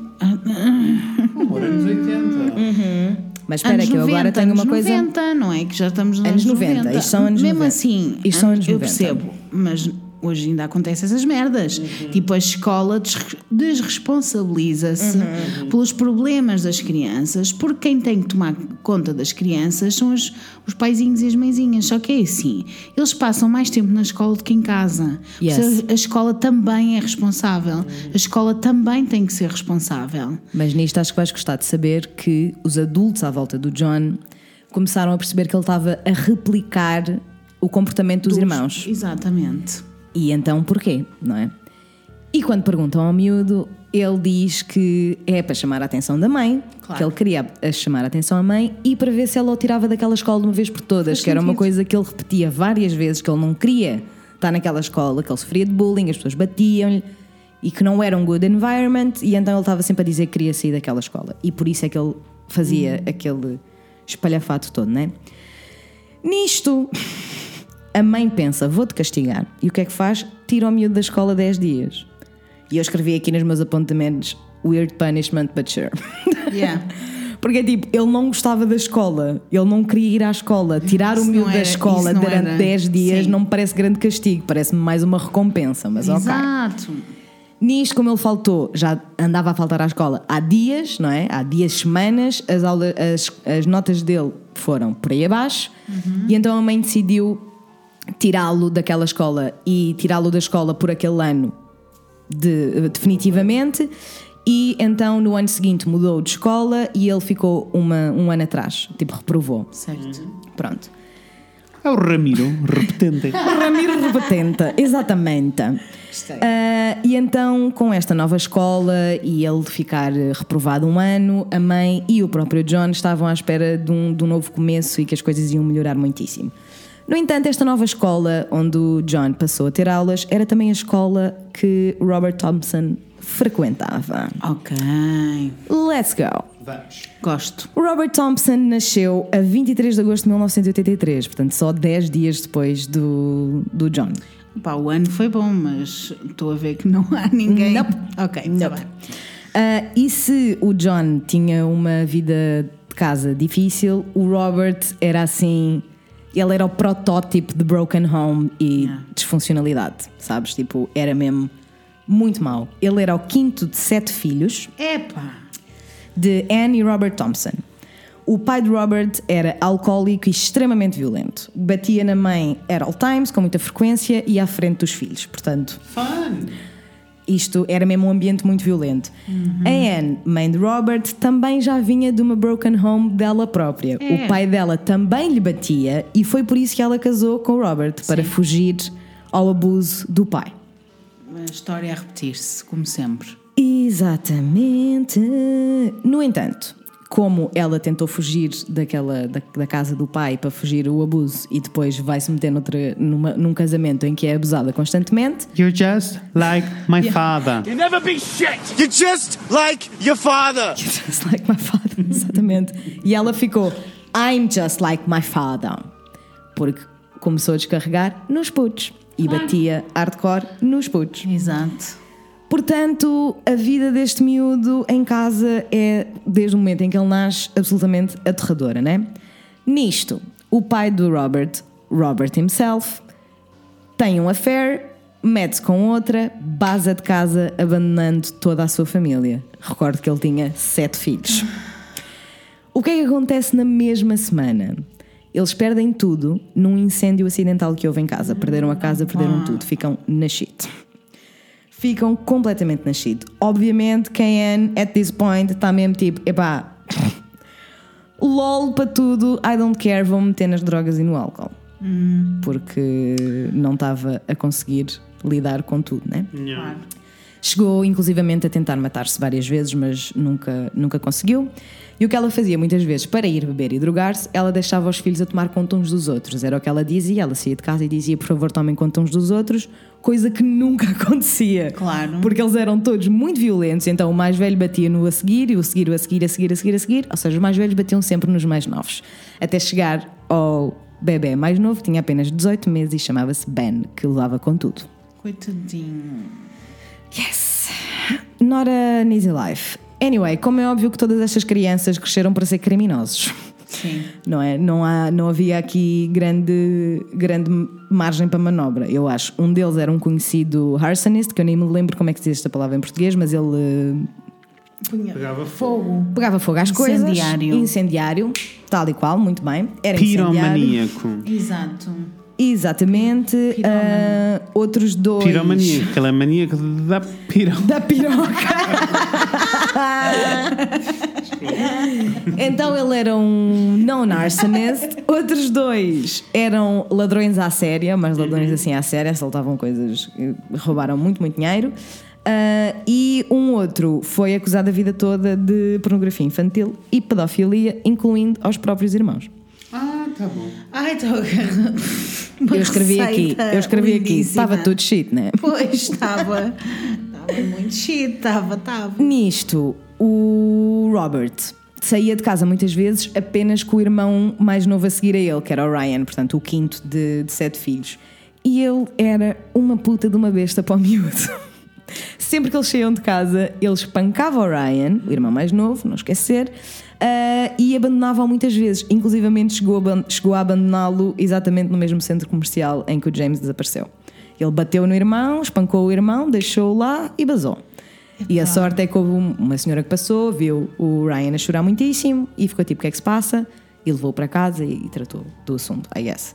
Amor, anos oitenta. Mas espera, anos que eu agora noventa, tenho uma anos coisa. noventa, não é? Que já estamos nos Anos anos noventa, noventa. isto são anos Mesmo noventa. assim, Isto são anos eu noventa. percebo, mas hoje ainda acontecem essas merdas. Tipo, a escola des- desresponsabiliza-se pelos problemas das crianças, porque quem tem que tomar conta das crianças são os, os paizinhos e as mãezinhas. Só que é assim, eles passam mais tempo na escola do que em casa. Yes. Por isso, a escola também é responsável. A escola também tem que ser responsável. Mas nisto acho que vais gostar de saber que os adultos à volta do John começaram a perceber que ele estava a replicar o comportamento dos irmãos. Exatamente. E então porquê, não é? E quando perguntam ao miúdo, ele diz que é para chamar a atenção da mãe, Claro. que ele queria a chamar a atenção à mãe e para ver se ela o tirava daquela escola de uma vez por todas, Faz que era uma sentido. coisa que ele repetia várias vezes, que ele não queria estar naquela escola, que ele sofria de bullying, as pessoas batiam-lhe e que não era um good environment, e então ele estava sempre a dizer que queria sair daquela escola. E por isso é que ele fazia aquele espalhafato todo, não é? Nisto, a mãe pensa, vou-te castigar. E o que é que faz? Tira o miúdo da escola dez dias. E eu escrevi aqui nos meus apontamentos weird punishment, but sure. Yeah. Porque tipo, ele não gostava da escola, ele não queria ir à escola. Tirar o Isso miúdo não da era- escola isso não durante era- dez dias sim. não me parece grande castigo, parece-me mais uma recompensa, mas ok. Exato. Nisto, como ele faltou, já andava a faltar à escola há dias, não é? Há dias, semanas, as, aulas, as, as notas dele foram por aí abaixo, e então a mãe decidiu tirá-lo daquela escola e tirá-lo da escola por aquele ano de- definitivamente. E então no ano seguinte mudou de escola e ele ficou uma, um ano atrás, tipo reprovou. Certo. Pronto. É o Ramiro, repetente. Ramiro Repatenta, exatamente. Ah, e então, com esta nova escola e ele ficar reprovado um ano, a mãe e o próprio John estavam à espera de um, de um novo começo e que as coisas iam melhorar muitíssimo. No entanto, esta nova escola onde o John passou a ter aulas era também a escola que Robert Thompson frequentava. Ok. Let's go! Vamos. Gosto. O Robert Thompson nasceu a vinte e três de agosto de mil novecentos e oitenta e três, portanto só dez dias depois do, do John. Pá, o ano foi bom, mas estou a ver que não há ninguém. Nope. Ok, tá Nope. bem. Ah, e se o John tinha uma vida de casa difícil, o Robert era assim, ele era o protótipo de broken home e Yeah. disfuncionalidade, sabes? Tipo, era mesmo muito mau. Ele era o quinto de sete filhos Epá. de Anne e Robert Thompson. O pai de Robert era alcoólico e extremamente violento. Batia na mãe at all times, com muita frequência, e à frente dos filhos. Portanto, Fun! isto era mesmo um ambiente muito violento. Uhum. A Anne, mãe de Robert, também já vinha de uma broken home dela própria. É. O pai dela também lhe batia e foi por isso que ela casou com o Robert, Sim. para fugir ao abuso do pai. A história a repetir-se, como sempre. Exatamente. No entanto, como ela tentou fugir daquela, da, da casa do pai para fugir o abuso e depois vai se meter noutra, numa, num casamento em que é abusada constantemente. You're just like my yeah. father. You never be shit. You're just like your father. You're just like my father. Exatamente. E ela ficou I'm just like my father. Porque começou a descarregar nos putos e batia hardcore nos putos. Exato. Portanto, a vida deste miúdo em casa é, desde o momento em que ele nasce, absolutamente aterradora, né? Nisto, o pai do Robert, Robert himself, tem um affair, mete-se com outra, baza de casa, abandonando toda a sua família. Recordo que ele tinha sete filhos. O que é que acontece na mesma semana? Eles perdem tudo num incêndio acidental que houve em casa. Perderam a casa, perderam tudo, ficam na shit. Ficam completamente na shit. Obviamente, Anne, at this point, está mesmo tipo, epá, lol para tudo, I don't care, vou meter nas drogas e no álcool. Hum. Porque não estava a conseguir lidar com tudo, né? Claro. Chegou inclusivamente a tentar matar-se várias vezes, mas nunca, nunca conseguiu. E o que ela fazia muitas vezes para ir beber e drogar-se, ela deixava os filhos a tomar conta uns dos outros. Era o que ela dizia, ela saía de casa e dizia, por favor, tomem conta uns dos outros, coisa que nunca acontecia. Claro. Porque eles eram todos muito violentos, então o mais velho batia no a seguir, e o seguir, o a seguir, a seguir, a seguir, a seguir. Ou seja, os mais velhos batiam sempre nos mais novos. Até chegar ao bebê mais novo, tinha apenas dezoito meses e chamava-se Ben, que levava com tudo. Coitadinho. Yes. Not an easy life. Anyway, como é óbvio que todas estas crianças cresceram para ser criminosos. Sim. Não é? Não, há, não havia aqui grande, grande margem para manobra, eu acho. Um deles era um conhecido arsonist, que eu nem me lembro como é que se diz esta palavra em português, mas ele Punha. Pegava fogo. Pegava fogo às Incendiário. coisas. Incendiário. Tal e qual, muito bem. Era Piromaníaco. Exato. Exatamente. Uh, outros dois. Piromaníaco, aquela maníaca da piroca. Da piroca. Então ele era um non-arsonist. Outros dois eram ladrões à séria, mas ladrões assim à séria, assaltavam coisas, roubaram muito, muito dinheiro. Uh, e um outro foi acusado a vida toda de pornografia infantil e pedofilia, incluindo aos próprios irmãos. Ah, tá bom. Ai, tô... Eu escrevi aqui, eu escrevi aqui, estava tudo shit, né? Pois, estava. Estava muito shit, estava, estava. Nisto, o Robert saía de casa muitas vezes apenas com o irmão mais novo a seguir a ele, que era o Ryan, portanto o quinto de, de sete filhos. E ele era uma puta de uma besta para o miúdo. Sempre que eles saíam de casa, ele espancava o Ryan, o irmão mais novo, não esquecer, uh, e abandonava-o muitas vezes. Inclusivamente chegou a, chegou a abandoná-lo exatamente no mesmo centro comercial em que o James desapareceu. Ele bateu no irmão, espancou o irmão, deixou-o lá e basou. Epa. E a sorte é que houve uma senhora que passou, viu o Ryan a chorar muitíssimo e ficou tipo, o que é que se passa? E levou-o para casa e, e tratou do assunto, I guess.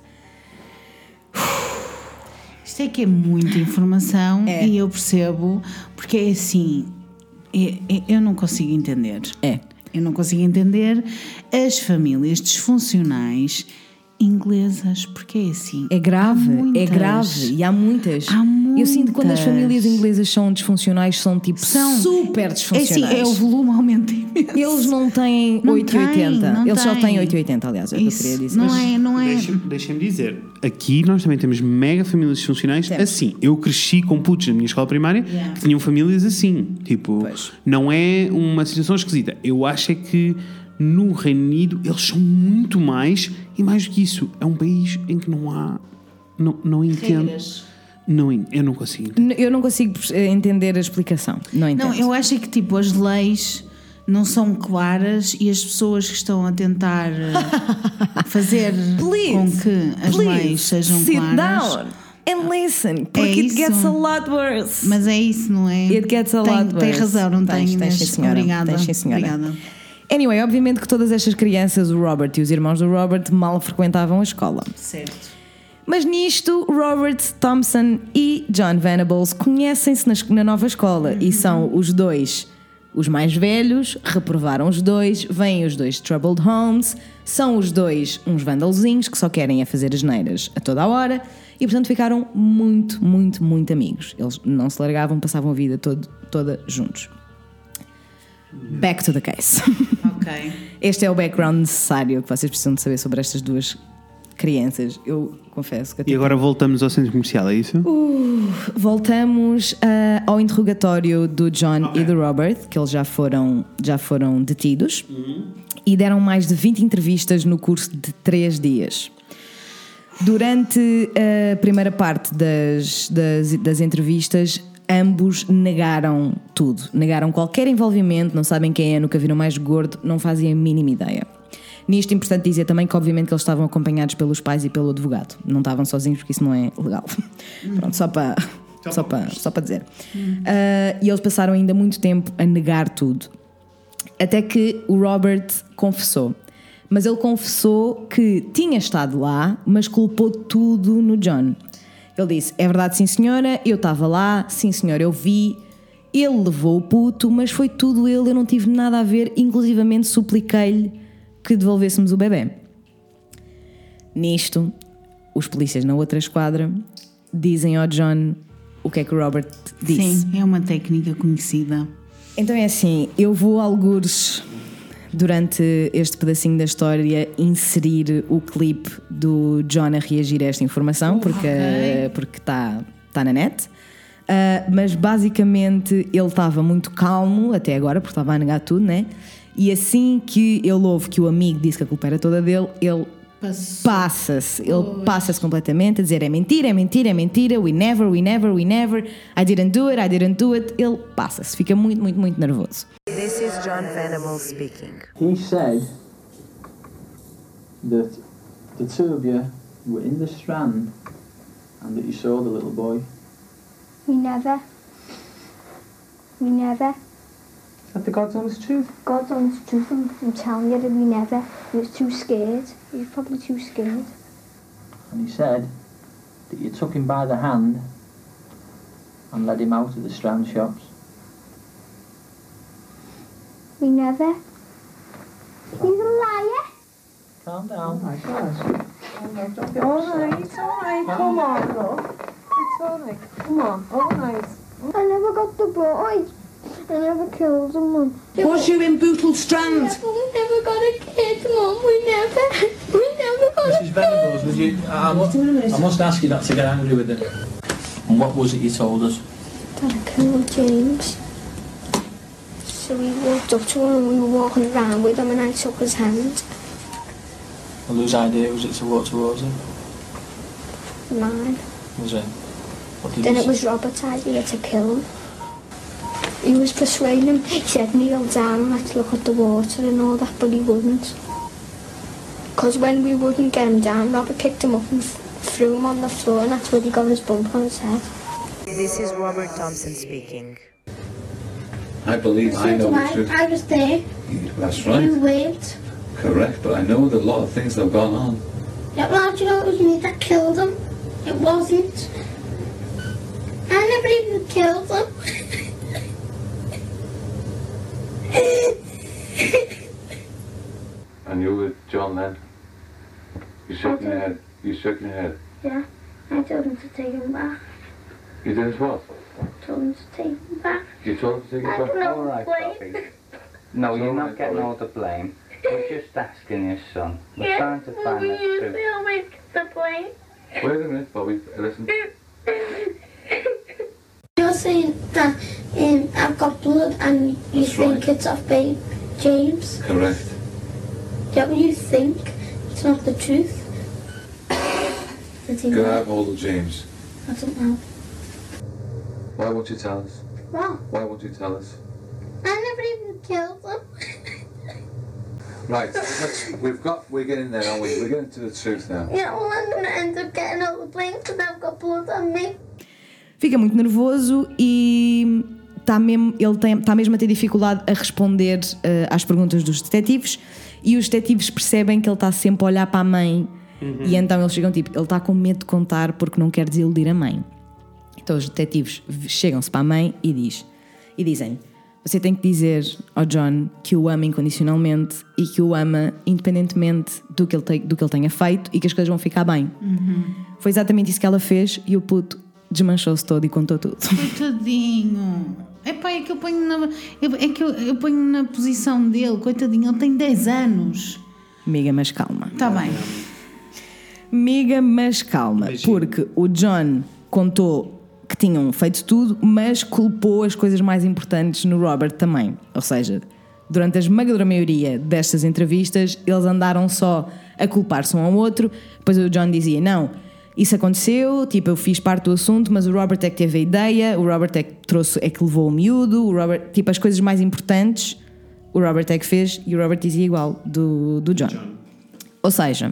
Isto é que é muita informação é. E eu percebo, porque é assim, eu, eu não consigo entender. É. Eu não consigo entender as famílias disfuncionais inglesas, porque é assim. É grave, é grave. E há muitas. Há muitas. Eu sinto que quando as famílias inglesas são disfuncionais, são tipo são, super disfuncionais. É, assim, é o volume aumenta imenso. Eles não têm não oito e oitenta. Não Eles tem. só têm oito e oitenta, aliás, é o que eu queria dizer. Não é, não é. Deixem-me deixem dizer, aqui nós também temos mega famílias disfuncionais. Temos. Assim, eu cresci com putos na minha escola primária Yeah. que tinham famílias assim. Tipo, Pois. não é uma situação esquisita. Eu acho é que no Reino Unido eles são muito mais, e mais do que isso, é um país em que não há. Não, não entendo. Regras. Não, eu não consigo entender. Eu não consigo entender a explicação. Não entendo. Não, eu acho que tipo as leis não são claras e as pessoas que estão a tentar uh, fazer Please, com que as please, leis sejam sit claras. Down and listen, porque É it isso. gets a lot worse. Mas é isso, não é? It gets a tem, lot tem worse. razão, não Tens, tem? tens, sim, senhora. Obrigada. Tens, sim, senhora. Obrigada. Anyway, obviamente que todas estas crianças, o Robert e os irmãos do Robert, mal frequentavam a escola. Certo. Mas nisto, Robert Thompson e John Venables conhecem-se na, na nova escola uhum. e são os dois os mais velhos, reprovaram os dois, vêm os dois Troubled Homes, são os dois uns vandalzinhos que só querem é fazer asneiras a toda a hora e portanto ficaram muito, muito, muito amigos. Eles não se largavam, passavam a vida todo, toda juntos. Back to the case. Ok. Este é o background necessário que vocês precisam de saber sobre estas duas crianças. Eu confesso que... E agora voltamos ao centro comercial, é isso? Uh, voltamos uh, ao interrogatório do John okay. e do Robert, que eles já foram, já foram detidos uhum. e deram mais de vinte entrevistas no curso de três dias. Durante a primeira parte das, das, das entrevistas, ambos negaram tudo. Negaram qualquer envolvimento, não sabem quem é, nunca viram mais gordo, não fazem a mínima ideia. Nisto é importante dizer também que obviamente que eles estavam acompanhados pelos pais e pelo advogado. Não estavam sozinhos porque isso não é legal. Uhum. Pronto, só para, só para, só para dizer. Uhum. Uh, e eles passaram ainda muito tempo a negar tudo. Até que o Robert confessou. Mas ele confessou que tinha estado lá, mas culpou tudo no John. Ele disse, é verdade sim senhora, eu estava lá, sim senhora, eu vi, ele levou o puto, mas foi tudo ele, eu não tive nada a ver, inclusivamente supliquei-lhe que devolvêssemos o bebê. Nisto, os polícias na outra esquadra dizem ao John o que é que o Robert disse. Sim, é uma técnica conhecida. Então é assim, eu vou algures durante este pedacinho da história inserir o clipe do John a reagir a esta informação, porque okay. porque está tá na net. Uh, mas basicamente ele estava muito calmo até agora, porque estava a negar tudo, né? E assim que ele ouve que o amigo disse que a culpa era toda dele, ele passa-se, ele passa-se completamente a dizer é mentira, é mentira, é mentira, we never, we never, we never, I didn't do it, I didn't do it. Ele passa-se, fica muito, muito, muito nervoso. This is John Venables speaking. He said that the two of you were in the Strand and that you saw the little boy. We never. We never. Is that the God's honest truth? God's honest truth, I'm, I'm telling you that we never. He was too scared. He was probably too scared. And he said that you took him by the hand and led him out of the Strand shops. We never. He's a liar. Calm down. Oh my gosh. Alright, it's alright. Come on, look. It's alright. Come on, alright. I never got the boy. I never killed him, Mum. Was you in Bootle Strand? Never, we never got a kid, Mum. We never. We never got Missus a Venables, kid. would you... Um, I must ask you not to get angry with it. And what was it you told us? That I killed James. So we walked up to him and we were walking around with him and I took his hand. Well, whose idea was it to walk towards him? Mine. Was it? What did Then you it say? was Robert's idea to kill him. He was persuading him. He said kneel down and let's look at the water and all that, but he wouldn't. Because when we wouldn't get him down, Robert picked him up and f- threw him on the floor and that's where he got his bump on his head. This is Robert Thompson speaking. I believe I know the truth. I was there. That's right. You waved. Correct, but I know that a lot of things that have gone on. Yeah, well, do you know it was me that killed him? It wasn't. I never even killed him. And you were with John then? You shook your head. You shook your head. Yeah, I told him to take him back. You did what? I told him to take him back. You told him to take I it don't back? know. All right, Blame. Bobby. No, you're all not right, getting Bobby. all the blame. We're just asking your son. We're Yeah, trying to well, find we the truth. usually always get the blame. Wait a minute, Bobby. Listen. You're saying that um, I've got blood and you That's think right. it's off babe James. Correct. Yeah, but you think it's not the truth. Did he Can I know? have hold of James? I don't know. Why won't you tell us? Well, Why won't you tell us? I never even killed him. Right, let's, we've got, we're getting there, aren't we? We're getting to the truth now. Yeah, well, I'm gonna end up getting all the blame because I've got blood on me. Fica muito nervoso e está mesmo, ele tem, está mesmo a ter dificuldade a responder uh, às perguntas dos detetives e os detetives percebem que ele está sempre a olhar para a mãe Uhum. E então eles ficam tipo, ele está com medo de contar porque não quer desiludir a mãe. Então os detetives chegam-se para a mãe e, diz, e dizem: você tem que dizer ao John que o ama incondicionalmente e que o ama independentemente do que ele, te, do que ele tenha feito e que as coisas vão ficar bem. Uhum. Foi exatamente isso que ela fez e o puto desmanchou-se todo e contou tudo. Coitadinho. Epá, é que eu ponho na, é que eu, eu ponho na posição dele, coitadinho, ele tem dez anos. Miga, mas calma. Está bem. Miga, mas calma. Imagina. Porque o John contou que tinham feito tudo, mas culpou as coisas mais importantes no Robert também. Ou seja, durante a esmagadora maioria destas entrevistas, eles andaram só a culpar-se um ao outro. Depois o John dizia: não, isso aconteceu, tipo, eu fiz parte do assunto, mas o Robert é que teve a ideia, o Robert é que trouxe, é que levou o miúdo, o Robert, tipo, as coisas mais importantes o Robert é que fez, e o Robert dizia igual do, do John. John. Ou seja,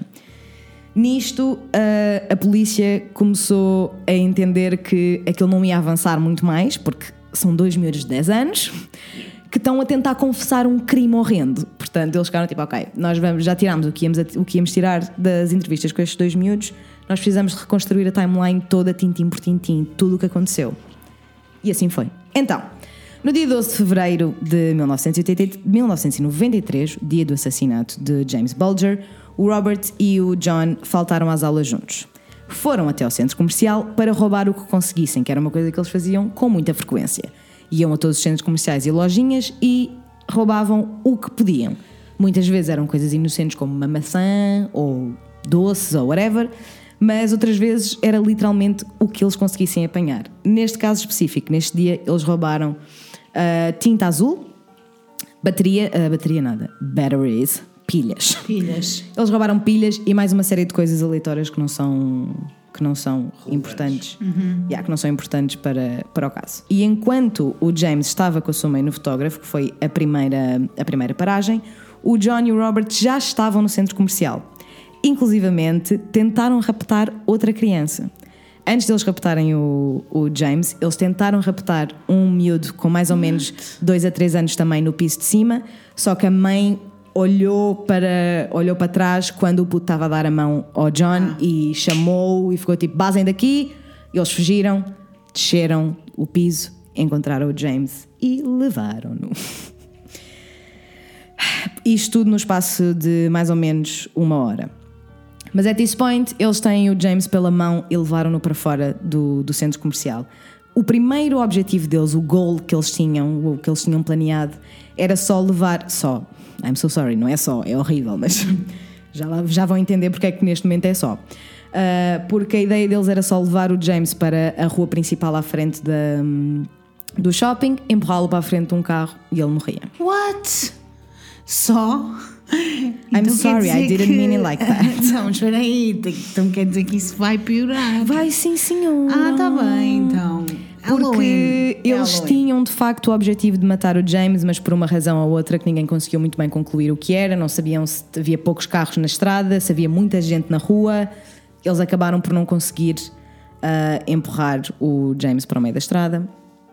nisto a, a polícia começou a entender que aquilo não ia avançar muito mais, porque são dois miúdos de dez anos que estão a tentar confessar um crime horrendo. Portanto, eles ficaram tipo, ok, nós vamos, já tirámos o que, íamos, o que íamos tirar das entrevistas com estes dois miúdos, nós precisamos de reconstruir a timeline toda, tintim por tintim, tudo o que aconteceu. E assim foi. Então, no dia doze de fevereiro de mil novecentos e noventa e três, dia do assassinato de James Bulger, o Robert e o John faltaram às aulas juntos. Foram até ao centro comercial para roubar o que conseguissem, que era uma coisa que eles faziam com muita frequência. Iam a todos os centros comerciais e lojinhas e roubavam o que podiam. Muitas vezes eram coisas inocentes como uma maçã ou doces ou whatever, mas outras vezes era literalmente o que eles conseguissem apanhar. Neste caso específico, neste dia, eles roubaram uh, tinta azul, bateria, uh, bateria nada, batteries, pilhas. Pilhas. Eles roubaram pilhas e mais uma série de coisas aleatórias que não são, que não são importantes, uhum. yeah, que não são importantes para, para o caso. E enquanto o James estava com a sua mãe no fotógrafo, que foi a primeira, a primeira paragem, o John e o Robert já estavam no centro comercial. Inclusivamente, tentaram raptar outra criança. Antes deles raptarem o, o James, eles tentaram raptar um miúdo com mais ou menos dois a três anos também no piso de cima, só que a mãe olhou para, olhou para trás quando o puto estava a dar a mão ao John e chamou e ficou tipo, basem daqui. Eles fugiram, desceram o piso, encontraram o James e levaram-no. Isto tudo no espaço de mais ou menos uma hora. Mas at this point, eles têm o James pela mão e levaram-no para fora do, do centro comercial. O primeiro objetivo deles, o goal que eles tinham, o que eles tinham planeado, era só levar... Só, I'm so sorry, não é só, é horrível, mas já, lá, já vão entender porque é que neste momento é só. Uh, porque a ideia deles era só levar o James para a rua principal à frente da, do shopping, empurrá-lo para a frente de um carro e ele morria. What? Só? I'm então sorry, I didn't que... mean it like that. Não, espera aí, então quer dizer que isso vai piorar? Vai sim, senhor. Ah, tá bem, então. Porque Halloween. eles Halloween. tinham de facto o objetivo de matar o James, mas por uma razão ou outra que ninguém conseguiu muito bem concluir o que era. Não sabiam se havia poucos carros na estrada, se havia muita gente na rua. Eles acabaram por não conseguir uh, empurrar o James para o meio da estrada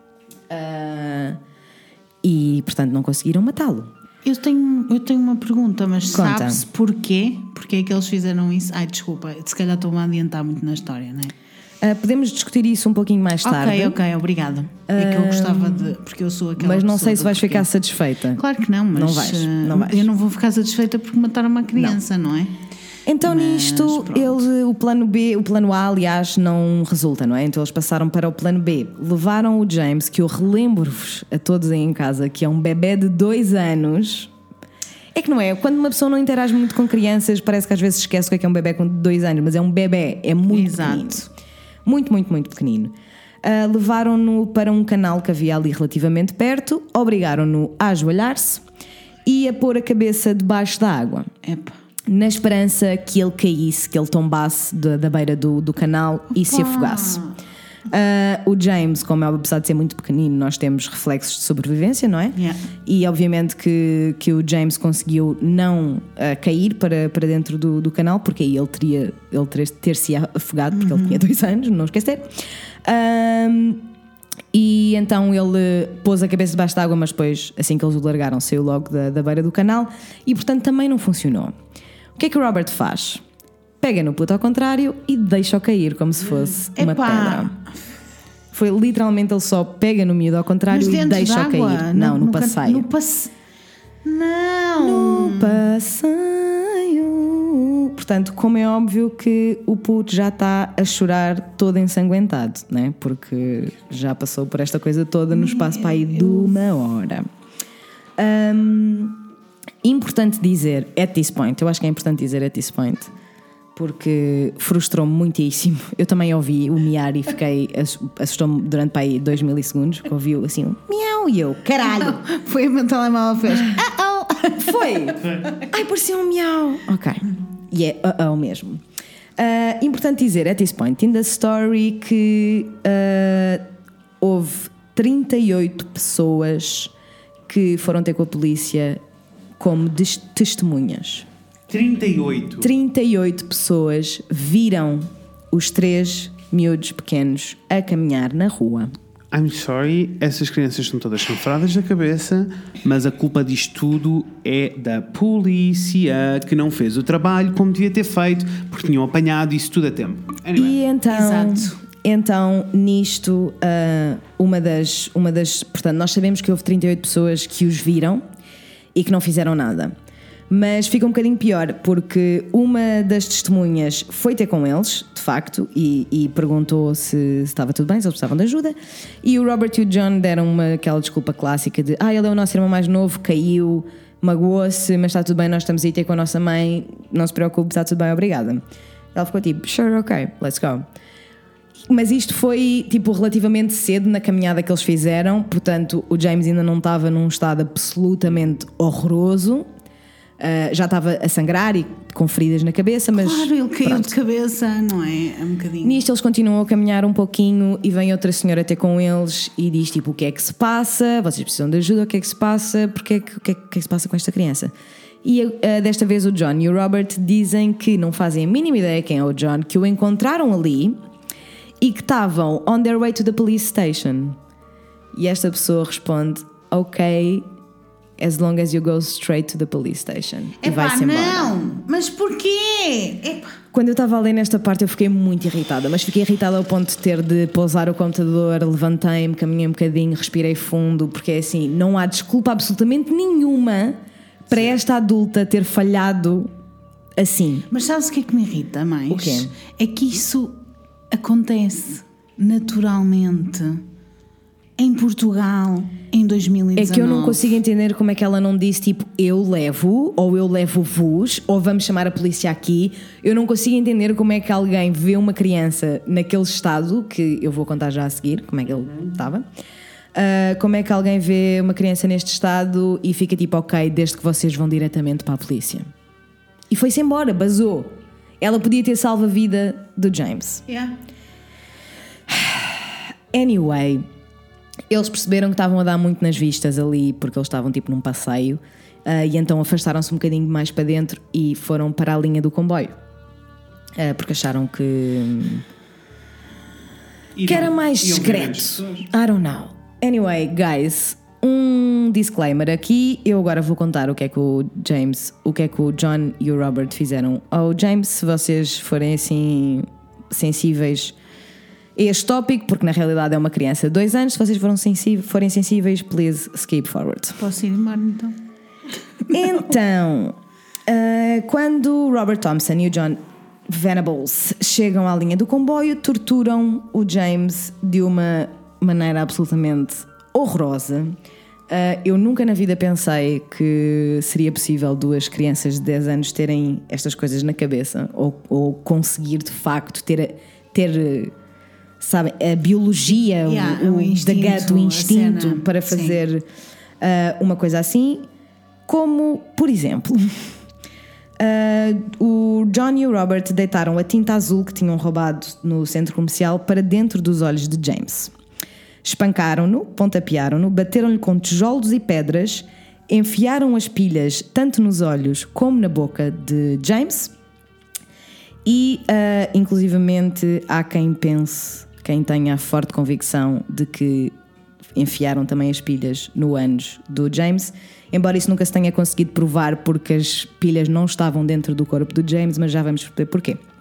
uh, e portanto não conseguiram matá-lo. Eu tenho, eu tenho uma pergunta, mas Conta. sabe-se porquê? Porquê é que eles fizeram isso? Ai, desculpa, se calhar estou-me a adiantar muito na história, não é? Uh, podemos discutir isso um pouquinho mais tarde. Ok, ok, obrigada. Uh, é que eu gostava de... Porque eu sou aquela Mas não sei se vais porquê. ficar satisfeita. Claro que não, mas... Não vais, não vais. Eu não vou ficar satisfeita porque mataram uma criança, não, não é? Então mas, nisto, ele, o plano B, o plano A, aliás, não resulta, não é? Então eles passaram para o plano B. Levaram o James, que eu relembro-vos a todos aí em casa, que é um bebê de dois anos... É que não é, quando uma pessoa não interage muito com crianças, parece que às vezes esquece o que é, que é um bebê com dois anos, mas é um bebê, é muito Exato. pequenino. Muito, muito, muito pequenino. Uh, levaram-no para um canal que havia ali relativamente perto, obrigaram-no a ajoelhar-se e a pôr a cabeça debaixo da água. Epa. Na esperança que ele caísse, que ele tombasse da, da beira do, do canal e Opa. se afogasse. Uh, o James, como é, apesar de ser muito pequenino, nós temos reflexos de sobrevivência, não é? Yeah. E obviamente que, que o James conseguiu não uh, cair para, para dentro do, do canal, porque aí ele teria ele ter, ter-se afogado, porque uhum. ele tinha dois anos, não esquecer. Um, e então ele pôs a cabeça debaixo da água, mas depois, assim que eles o largaram, saiu logo da, da beira do canal e portanto também não funcionou. O que é que o Robert faz? pega no puto ao contrário e deixa-o cair como se fosse uma Epá. pedra. Foi literalmente ele só pega no miúdo ao contrário Nos e dentes deixa-o d'água? cair. Não, no, no can- passeio. No passe... Não! No passeio. Portanto, como é óbvio que o puto já está a chorar todo ensanguentado, né? Porque já passou por esta coisa toda no espaço para aí de uma hora. Um, importante dizer, at this point, eu acho que é importante dizer at this point, porque frustrou-me muitíssimo. Eu também ouvi o miar e fiquei, assustou-me durante para aí dois milissegundos, que ouvi assim um miau e eu, caralho, Foi o meu telemóvel fez. Ah, oh. foi! Ai, parecia um miau. Ok, e é uh-oh mesmo. Uh, importante dizer, at this point in the story, que uh, houve trinta e oito pessoas que foram ter com a polícia como des- testemunhas. trinta e oito. trinta e oito pessoas viram os três miúdos pequenos a caminhar na rua. I'm sorry, essas crianças estão todas chanfradas da cabeça, mas a culpa disto tudo é da polícia, que não fez o trabalho como devia ter feito, porque tinham apanhado isso tudo a tempo. Anyway. E então, Exato. então nisto, uh, uma das, uma das. Portanto, nós sabemos que houve trinta e oito pessoas que os viram e que não fizeram nada. Mas fica um bocadinho pior, porque uma das testemunhas foi ter com eles, de facto, e, e perguntou se, se estava tudo bem, se eles precisavam de ajuda. E o Robert e o John deram uma, aquela desculpa clássica de ah, ele é o nosso irmão mais novo, caiu, magoou-se, mas está tudo bem, nós estamos aí ter com a nossa mãe, não se preocupe, está tudo bem, obrigada. Ela ficou tipo, sure, ok, let's go. Mas isto foi tipo relativamente cedo na caminhada que eles fizeram, portanto o James ainda não estava num estado absolutamente horroroso. Uh, já estava a sangrar e com feridas na cabeça, mas Claro, ele caiu pronto. de cabeça, não é? É um bocadinho. Nisto eles continuam a caminhar um pouquinho e vem outra senhora ter com eles e diz tipo, o que é que se passa? Vocês precisam de ajuda, o que é que se passa? Porque é que, o, que é, que o que é que se passa com esta criança? E uh, desta vez o John e o Robert dizem que não fazem a mínima ideia quem é o John, que o encontraram ali e que estavam on their way to the police station. E esta pessoa responde, ok, as long as you go straight to the police station. E Epá, vai-se embora. não! Mas porquê? Epá. Quando eu estava a ler nesta parte eu fiquei muito irritada, mas fiquei irritada ao ponto de ter de pousar o computador, levantei-me, caminhei um bocadinho, respirei fundo, porque é assim, não há desculpa absolutamente nenhuma para esta adulta ter falhado assim. Mas sabes o que é que me irrita mais? O quê? É que isso acontece naturalmente em Portugal em dois mil e dezanove. É que eu não consigo entender como é que ela não disse tipo eu levo, ou eu levo-vos, ou vamos chamar a polícia aqui. Eu não consigo entender como é que alguém vê uma criança naquele estado, que eu vou contar já a seguir como é que ele estava. Uh, como é que alguém vê uma criança neste estado e fica tipo ok, desde que vocês vão diretamente para a polícia. E foi-se embora, basou. Ela podia ter salvo a vida do James. Yeah. Anyway, eles perceberam que estavam a dar muito nas vistas ali, porque eles estavam tipo num passeio, uh, e então afastaram-se um bocadinho mais para dentro e foram para a linha do comboio, uh, porque acharam que que era mais discreto. I don't know. Anyway, guys, um disclaimer aqui. Eu agora vou contar o que é que o James, o que é que o John e o Robert fizeram ao James. Se vocês forem assim sensíveis a este tópico, porque na realidade é uma criança de dois anos, se vocês forem sensíveis, forem sensíveis, please skip forward. Posso ir embora então? Então, uh, quando o Robert Thompson e o John Venables chegam à linha do comboio, torturam o James de uma maneira absolutamente horrorosa. Uh, eu nunca na vida pensei que seria possível duas crianças de dez anos terem estas coisas na cabeça, ou, ou conseguir de facto ter, ter sabe, a biologia, Yeah, o, o o, instinto, da gut, o a instinto cena. para fazer uh, uma coisa assim, como, por exemplo, uh, o John e o Robert deitaram a tinta azul que tinham roubado no centro comercial para dentro dos olhos de James. Espancaram-no, pontapearam-no, bateram-lhe com tijolos e pedras, enfiaram as pilhas tanto nos olhos como na boca de James e, uh, inclusivamente, há quem pense, quem tenha a forte convicção de que enfiaram também as pilhas no ânus do James, embora isso nunca se tenha conseguido provar porque as pilhas não estavam dentro do corpo do James, mas já vamos perceber porquê.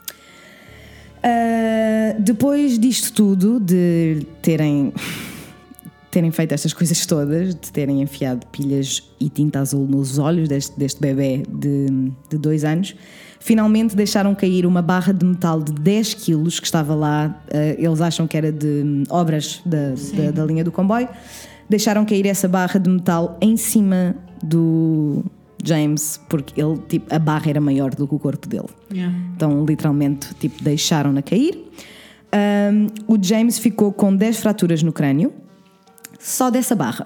Uh, depois disto tudo, de terem, terem feito estas coisas todas, de terem enfiado pilhas e tinta azul nos olhos deste, deste bebê de, de dois anos, finalmente deixaram cair uma barra de metal de dez quilos que estava lá. Uh, eles acham que era de obras da, da, da linha do comboio. Deixaram cair essa barra de metal em cima do James, porque ele, tipo, a barra era maior do que o corpo dele. Yeah. Então, literalmente, tipo, deixaram-na cair. Um, o James ficou com dez fraturas no crânio, só dessa barra.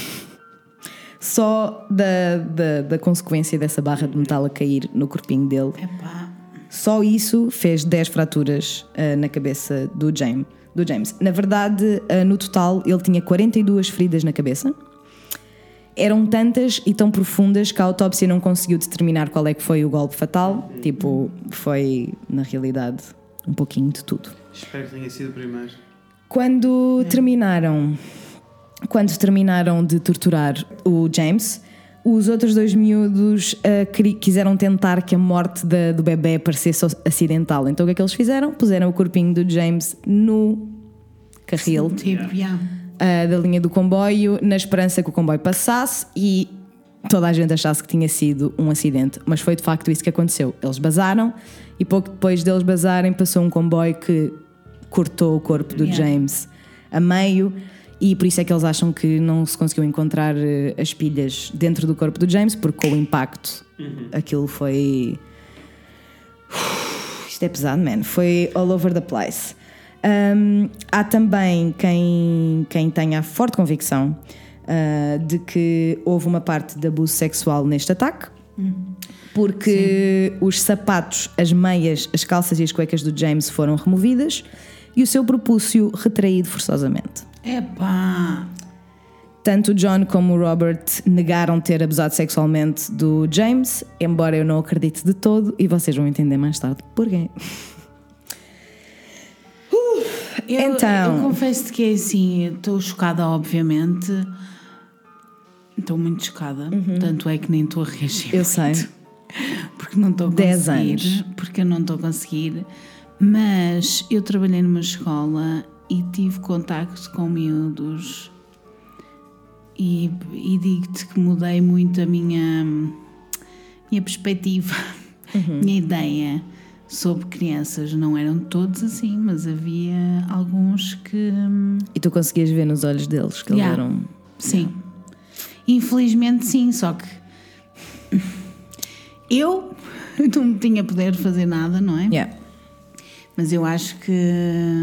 Só da, da, da consequência dessa barra de metal a cair no corpinho dele. Epá. Só isso fez dez fraturas uh, na cabeça do James. do James. Na verdade, uh, no total, ele tinha quarenta e duas feridas na cabeça. Eram tantas e tão profundas que a autópsia não conseguiu determinar qual é que foi o golpe fatal. Tipo, foi, na realidade, um pouquinho de tudo. Espero que tenha sido o primeiro. Quando terminaram, quando terminaram de torturar o James, os outros dois miúdos uh, quiseram tentar que a morte da, do bebê parecesse acidental. Então o que é que eles fizeram? Puseram o corpinho do James no carril Tipo, yeah. uh, da linha do comboio, na esperança que o comboio passasse e toda a gente achasse que tinha sido um acidente. Mas foi de facto isso que aconteceu. Eles basaram e pouco depois deles basarem passou um comboio que cortou o corpo do Yeah. James a meio. E por isso é que eles acham que não se conseguiu encontrar uh, as pilhas dentro do corpo do James, porque com o impacto uhum. aquilo foi... Uf, isto é pesado, man. Foi all over the place. Um, há também quem, quem tenha a forte convicção uh, de que houve uma parte de abuso sexual neste ataque, uhum. porque Sim. os sapatos, as meias, as calças e as cuecas do James foram removidas e o seu propúcio retraído forçosamente. Epá! Tanto o John como o Robert negaram ter abusado sexualmente do James, embora eu não acredite de todo, e vocês vão entender mais tarde porquê. Uh, eu, então, eu confesso que é assim, estou chocada, obviamente. Estou muito chocada, uhum. tanto é que nem estou a reagir. Eu sei. Porque não estou a conseguir. dez anos. Porque eu não estou a conseguir. Mas eu trabalhei numa escola e tive contacto com miúdos e, e digo-te que mudei muito a minha, minha perspectiva, uhum. minha ideia sobre crianças. Não eram todos assim, mas havia alguns que... E tu conseguias ver nos olhos deles que yeah. eles eram... Sim. Infelizmente sim, só que eu não me tinha poder fazer nada, não é? Yeah. Mas eu acho que...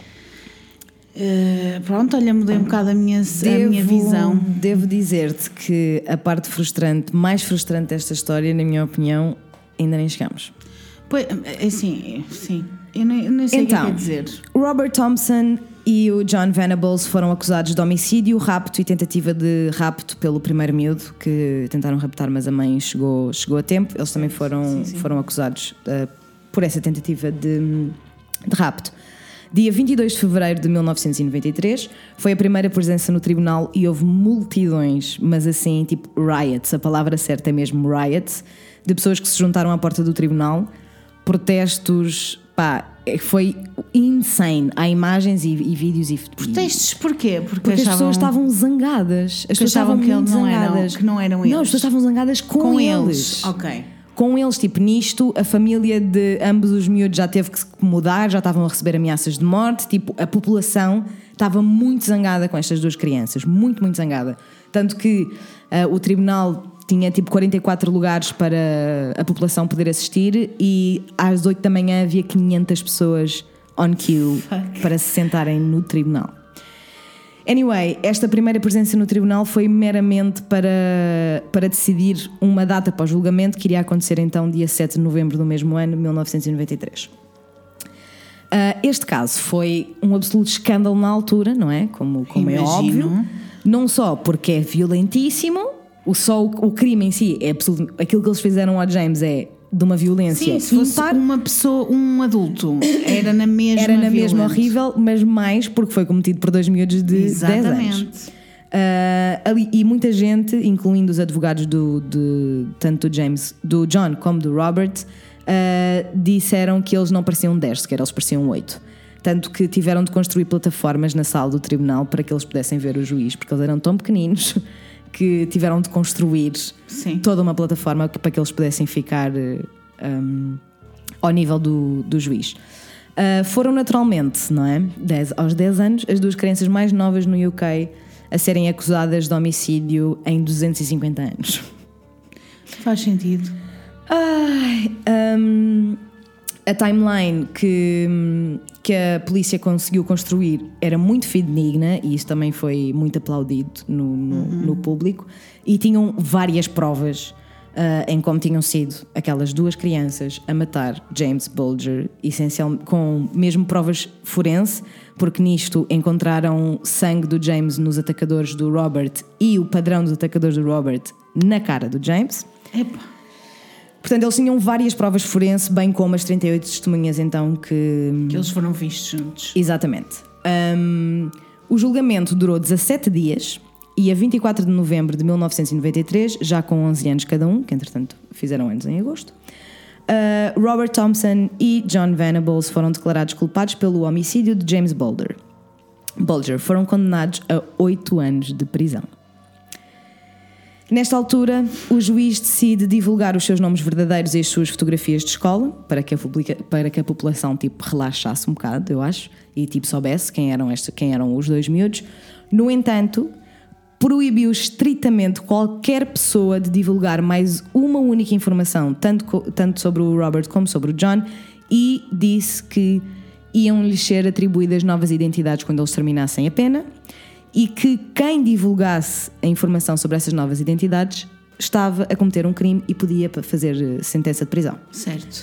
Uh, pronto, olha, mudei um bocado a minha, devo, a minha visão. Devo dizer-te que a parte frustrante, mais frustrante desta história, na minha opinião, ainda nem chegamos. Pois, assim, sim, eu nem, nem sei então, o que quer dizer. Robert Thompson e o John Venables foram acusados de homicídio, rapto e tentativa de rapto pelo primeiro miúdo, que tentaram raptar, mas a mãe chegou, chegou a tempo. Eles também foram, sim, sim. foram acusados uh, por essa tentativa de, de rapto. Dia vinte e dois de fevereiro de mil novecentos e noventa e três foi a primeira presença no tribunal e houve multidões, mas assim, tipo riots, a palavra certa é mesmo riots, de pessoas que se juntaram à porta do tribunal, protestos, pá, foi insane. Há imagens e, e vídeos e... Protestos porquê? Porque, Porque achavam... as pessoas estavam zangadas. As pessoas achavam estavam que, muito não zangadas. Eram, que não eram eles. Não, as pessoas estavam zangadas com, com eles. eles. Ok. Com eles, tipo, nisto, a família de ambos os miúdos já teve que se mudar, já estavam a receber ameaças de morte, tipo, a população estava muito zangada com estas duas crianças, muito, muito zangada. Tanto que uh, o tribunal tinha, tipo, quarenta e quatro lugares para a população poder assistir e às oito da manhã havia quinhentas pessoas on queue Fuck. para se sentarem no tribunal. Anyway, esta primeira presença no tribunal foi meramente para, para decidir uma data para o julgamento que iria acontecer então dia sete de novembro do mesmo ano, mil novecentos e noventa e três. Uh, este caso foi um absoluto escândalo na altura, não é? Como, como é óbvio. Não só porque é violentíssimo, o, só o, o crime em si é absoluto, aquilo que eles fizeram ao James é de uma violência. Sim, se fosse impar. uma pessoa, um adulto, era na mesma Era na violento. mesma horrível, mas mais porque foi cometido por dois miúdos de Exatamente. dez anos. Uh, ali, e muita gente, incluindo os advogados do, de, tanto do James, do John como do Robert, uh, disseram que eles não pareciam dez, sequer eles pareciam oito. Tanto que tiveram de construir plataformas na sala do tribunal para que eles pudessem ver o juiz, porque eles eram tão pequeninos que tiveram de construir Sim. toda uma plataforma para que eles pudessem ficar um, ao nível do, do juiz. Uh, foram naturalmente, não é? dez, aos dez anos, as duas crianças mais novas no U K a serem acusadas de homicídio em duzentos e cinquenta anos. Faz sentido. Ai, um, a timeline que, que a polícia conseguiu construir era muito fidedigna e isso também foi muito aplaudido no, no, uhum. no público, e tinham várias provas uh, em como tinham sido aquelas duas crianças a matar James Bulger, essencialmente com mesmo provas forense, porque nisto encontraram sangue do James nos atacadores do Robert e o padrão dos atacadores do Robert na cara do James. Epa. Portanto, eles tinham várias provas forense, bem como as trinta e oito testemunhas, então, que... Que eles foram vistos juntos. Exatamente. Um, o julgamento durou dezassete dias e a vinte e quatro de novembro de mil novecentos e noventa e três, já com onze anos cada um, que entretanto fizeram anos em agosto, uh, Robert Thompson e John Venables foram declarados culpados pelo homicídio de James Bulger. Bulger foram condenados a oito anos de prisão. Nesta altura, o juiz decide divulgar os seus nomes verdadeiros e as suas fotografias de escola para que a, publica, para que a população tipo, relaxasse um bocado, eu acho, e tipo, soubesse quem eram, estes, quem eram os dois miúdos. No entanto, proibiu estritamente qualquer pessoa de divulgar mais uma única informação, tanto, tanto sobre o Robert como sobre o John, e disse que iam-lhes ser atribuídas novas identidades quando eles terminassem a pena, e que quem divulgasse a informação sobre essas novas identidades estava a cometer um crime e podia fazer sentença de prisão. Certo.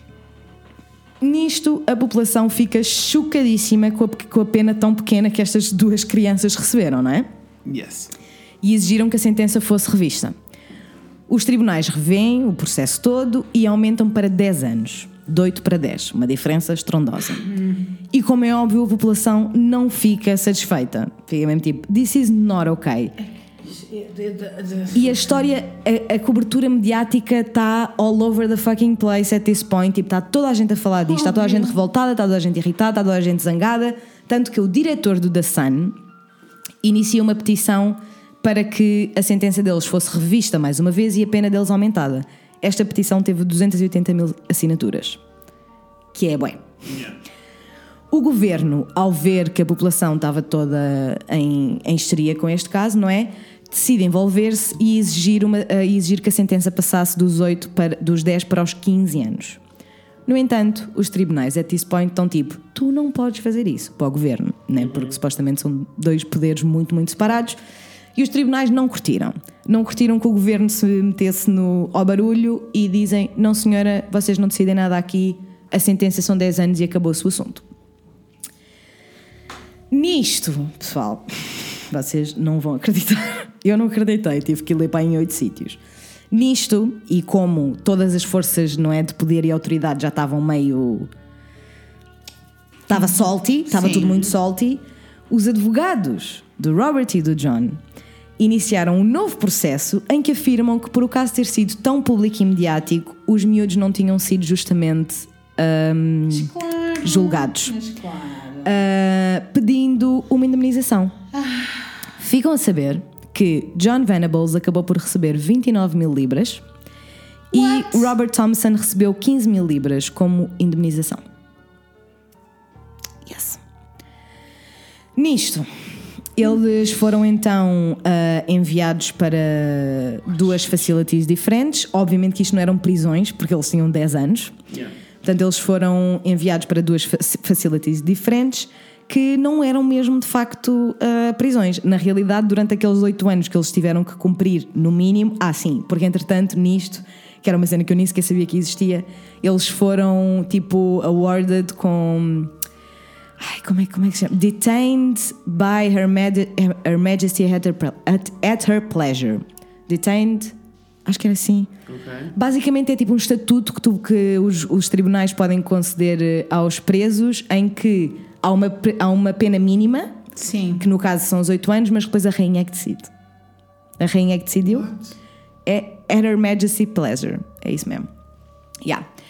Nisto, a população fica chocadíssima com a, com a pena tão pequena que estas duas crianças receberam, não é? Yes. E exigiram que a sentença fosse revista. Os tribunais revêem o processo todo e aumentam para dez anos. De oito para dez, uma diferença estrondosa. E como é óbvio, a população não fica satisfeita. Fica mesmo tipo, this is not okay. E a história, a, a cobertura mediática está all over the fucking place at this point. Tipo, está toda a gente a falar disto, está toda a gente revoltada, está toda a gente irritada, está toda a gente zangada. Tanto que o diretor do The Sun inicia uma petição para que a sentença deles fosse revista mais uma vez e a pena deles aumentada. Esta petição teve duzentas e oitenta mil assinaturas, que é bem. Yeah. O governo, ao ver que a população estava toda em, em histeria com este caso, não é? Decide envolver-se e exigir, uma, uh, exigir que a sentença passasse dos, oito para, dos dez para os quinze anos. No entanto, os tribunais, at this point, estão tipo, tu não podes fazer isso para o governo, né? Porque supostamente são dois poderes muito, muito separados. E os tribunais não curtiram. Não curtiram que o governo se metesse no, ao barulho e dizem, não senhora, vocês não decidem nada aqui, a sentença são dez anos e acabou-se o assunto. Nisto, pessoal, vocês não vão acreditar. Eu não acreditei, tive que ir ler para em oito sítios. Nisto, e como todas as forças, não é, de poder e autoridade já estavam meio... Estava salty, estava tudo muito salty, os advogados do Robert e do John iniciaram um novo processo em que afirmam que, por o caso ter sido tão público e mediático, os miúdos não tinham sido justamente um, claro, julgados, claro. uh, pedindo uma indemnização. Ah. Ficam a saber que John Venables acabou por receber vinte e nove mil libras. What? E Robert Thompson recebeu quinze mil libras como indemnização. Yes. Nisto, eles foram então uh, enviados para duas facilities diferentes. Obviamente que isto não eram prisões, porque eles tinham dez anos. Yeah. Portanto, eles foram enviados para duas facilities diferentes que não eram mesmo de facto uh, prisões. Na realidade, durante aqueles oito anos que eles tiveram que cumprir, no mínimo... Ah, sim, porque entretanto nisto, que era uma cena que eu nem sequer sabia que existia, eles foram tipo awarded com... Ai, como é, como é que se chama? Detained by Her, Mad- her Majesty at her, at, at her pleasure. Detained, acho que era assim. Okay. Basicamente é tipo um estatuto que, tu, que os, os tribunais podem conceder aos presos, em que há uma, há uma pena mínima, sim, que no caso são os oito anos, mas depois a rainha é que decide. A rainha é que decidiu. What? É at Her Majesty pleasure. É isso mesmo. Yeah.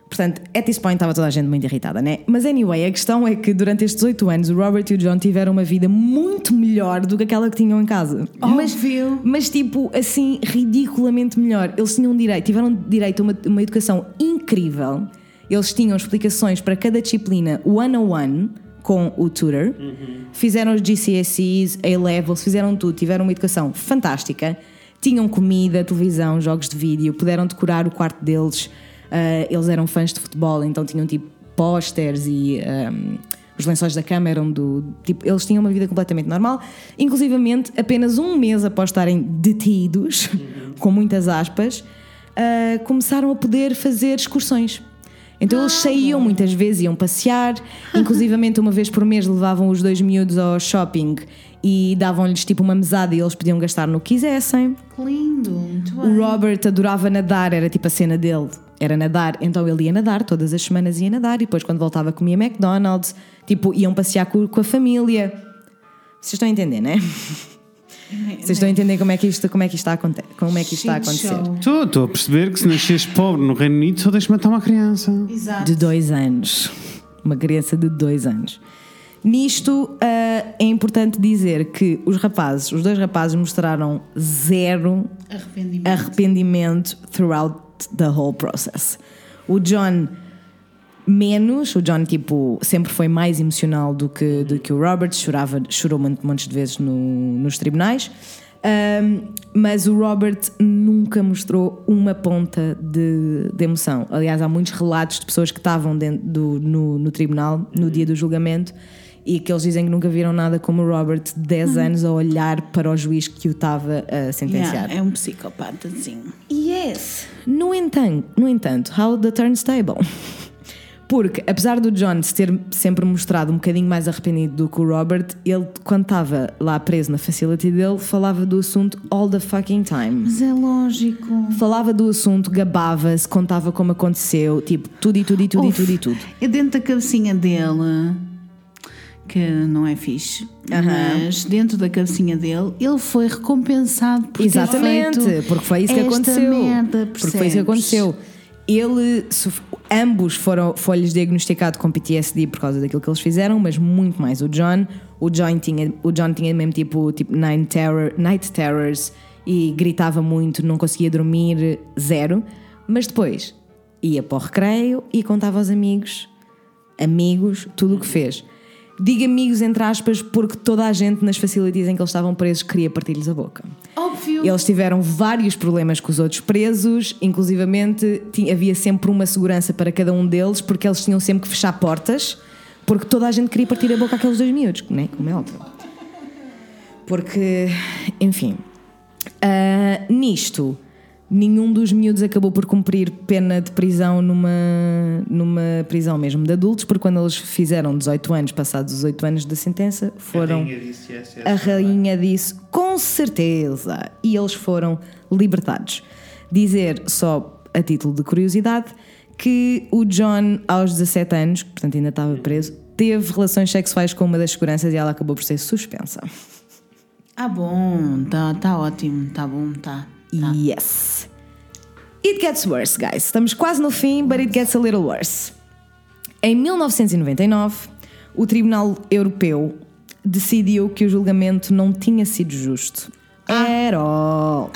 Portanto, at this point estava toda a gente muito irritada, né? Mas anyway, a questão é que durante estes oito anos o Robert e o John tiveram uma vida muito melhor do que aquela que tinham em casa. Mas, mas tipo, assim, ridiculamente melhor. Eles tinham direito, tiveram direito a uma, uma educação incrível. Eles tinham explicações para cada disciplina one on one com o tutor. Uhum. Fizeram os G C S Es, A-Levels, fizeram tudo. Tiveram uma educação fantástica. Tinham comida, televisão, jogos de vídeo. Puderam decorar o quarto deles. Uh, eles eram fãs de futebol, então tinham tipo pósteres e um, os lençóis da cama eram do tipo, eles tinham uma vida completamente normal. Inclusivamente, apenas um mês após estarem detidos, uhum. com muitas aspas, uh, começaram a poder fazer excursões. Então eles saíam muitas vezes, iam passear. Inclusivamente uma vez por mês levavam os dois miúdos ao shopping e davam-lhes tipo uma mesada e eles podiam gastar no que quisessem. Que lindo, muito bem. O Robert adorava nadar, era tipo a cena dele, era nadar. Então ele ia nadar, todas as semanas ia nadar. E depois quando voltava comia McDonald's. Tipo, iam passear com, com a família. Vocês estão a entender, não é? Vocês estão a entender como é que isto, como é que isto está a acontecer? Como é que isto está a acontecer? Estou, estou a perceber que se nasceres pobre no Reino Unido só deixa matar uma criança. Exato. De dois anos. Uma criança de dois anos. Nisto uh, é importante dizer que os rapazes, os dois rapazes mostraram zero arrependimento, arrependimento throughout the whole process. O John menos, o John tipo sempre foi mais emocional do que, do que o Robert, chorava, chorou montes de vezes no, nos tribunais, um, mas o Robert nunca mostrou uma ponta de, de emoção. Aliás, há muitos relatos de pessoas que estavam dentro do, no, no tribunal no dia do julgamento e que eles dizem que nunca viram nada como o Robert de dez anos a olhar para o juiz que o estava a sentenciar. Yeah, é um psicopatazinho. Yes. No entanto, no entanto, how the turnstable? Porque, apesar do John se ter sempre mostrado um bocadinho mais arrependido do que o Robert, ele, quando estava lá preso na facility dele, falava do assunto all the fucking time. Mas é lógico. Falava do assunto, gabava-se, contava como aconteceu, tipo, tudo e tudo e tudo Uf, e tudo e tudo. É dentro da cabecinha dele, que não é fixe, uh-huh. mas dentro da cabecinha dele, ele foi recompensado por Exatamente, ter feito porque foi isso que aconteceu. Merda, porque foi isso que aconteceu. Ele, ambos foram, foi-lhes diagnosticado com P T S D por causa daquilo que eles fizeram, mas muito mais o John. O John tinha, o John tinha mesmo tipo, tipo night, terror, night terrors e gritava muito, não conseguia dormir, zero. Mas depois ia para o recreio e contava aos amigos, amigos, tudo o que fez. Digo amigos entre aspas porque toda a gente nas facilities em que eles estavam presos queria partir-lhes a boca. Óbvio. Eles tiveram vários problemas com os outros presos, inclusivamente tinha, havia sempre uma segurança para cada um deles porque eles tinham sempre que fechar portas porque toda a gente queria partir a boca àqueles dois miúdos, né? Como é óbvio. Porque, enfim, uh, nisto nenhum dos miúdos acabou por cumprir pena de prisão numa, numa prisão mesmo de adultos, porque quando eles fizeram dezoito anos, passados os oito anos da sentença, foram... A rainha disse, yes, yes, a rainha disse, com certeza, e eles foram libertados. Dizer, só a título de curiosidade, que o John, aos dezassete anos, portanto ainda estava preso, teve relações sexuais com uma das seguranças e ela acabou por ser suspensa. Ah, bom, tá, tá ótimo, tá bom, tá. Tá. Yes. It gets worse, guys. Estamos quase no fim, but it gets a little worse. Em mil novecentos e noventa e nove, o Tribunal Europeu decidiu que o julgamento não tinha sido justo. Ah. At all.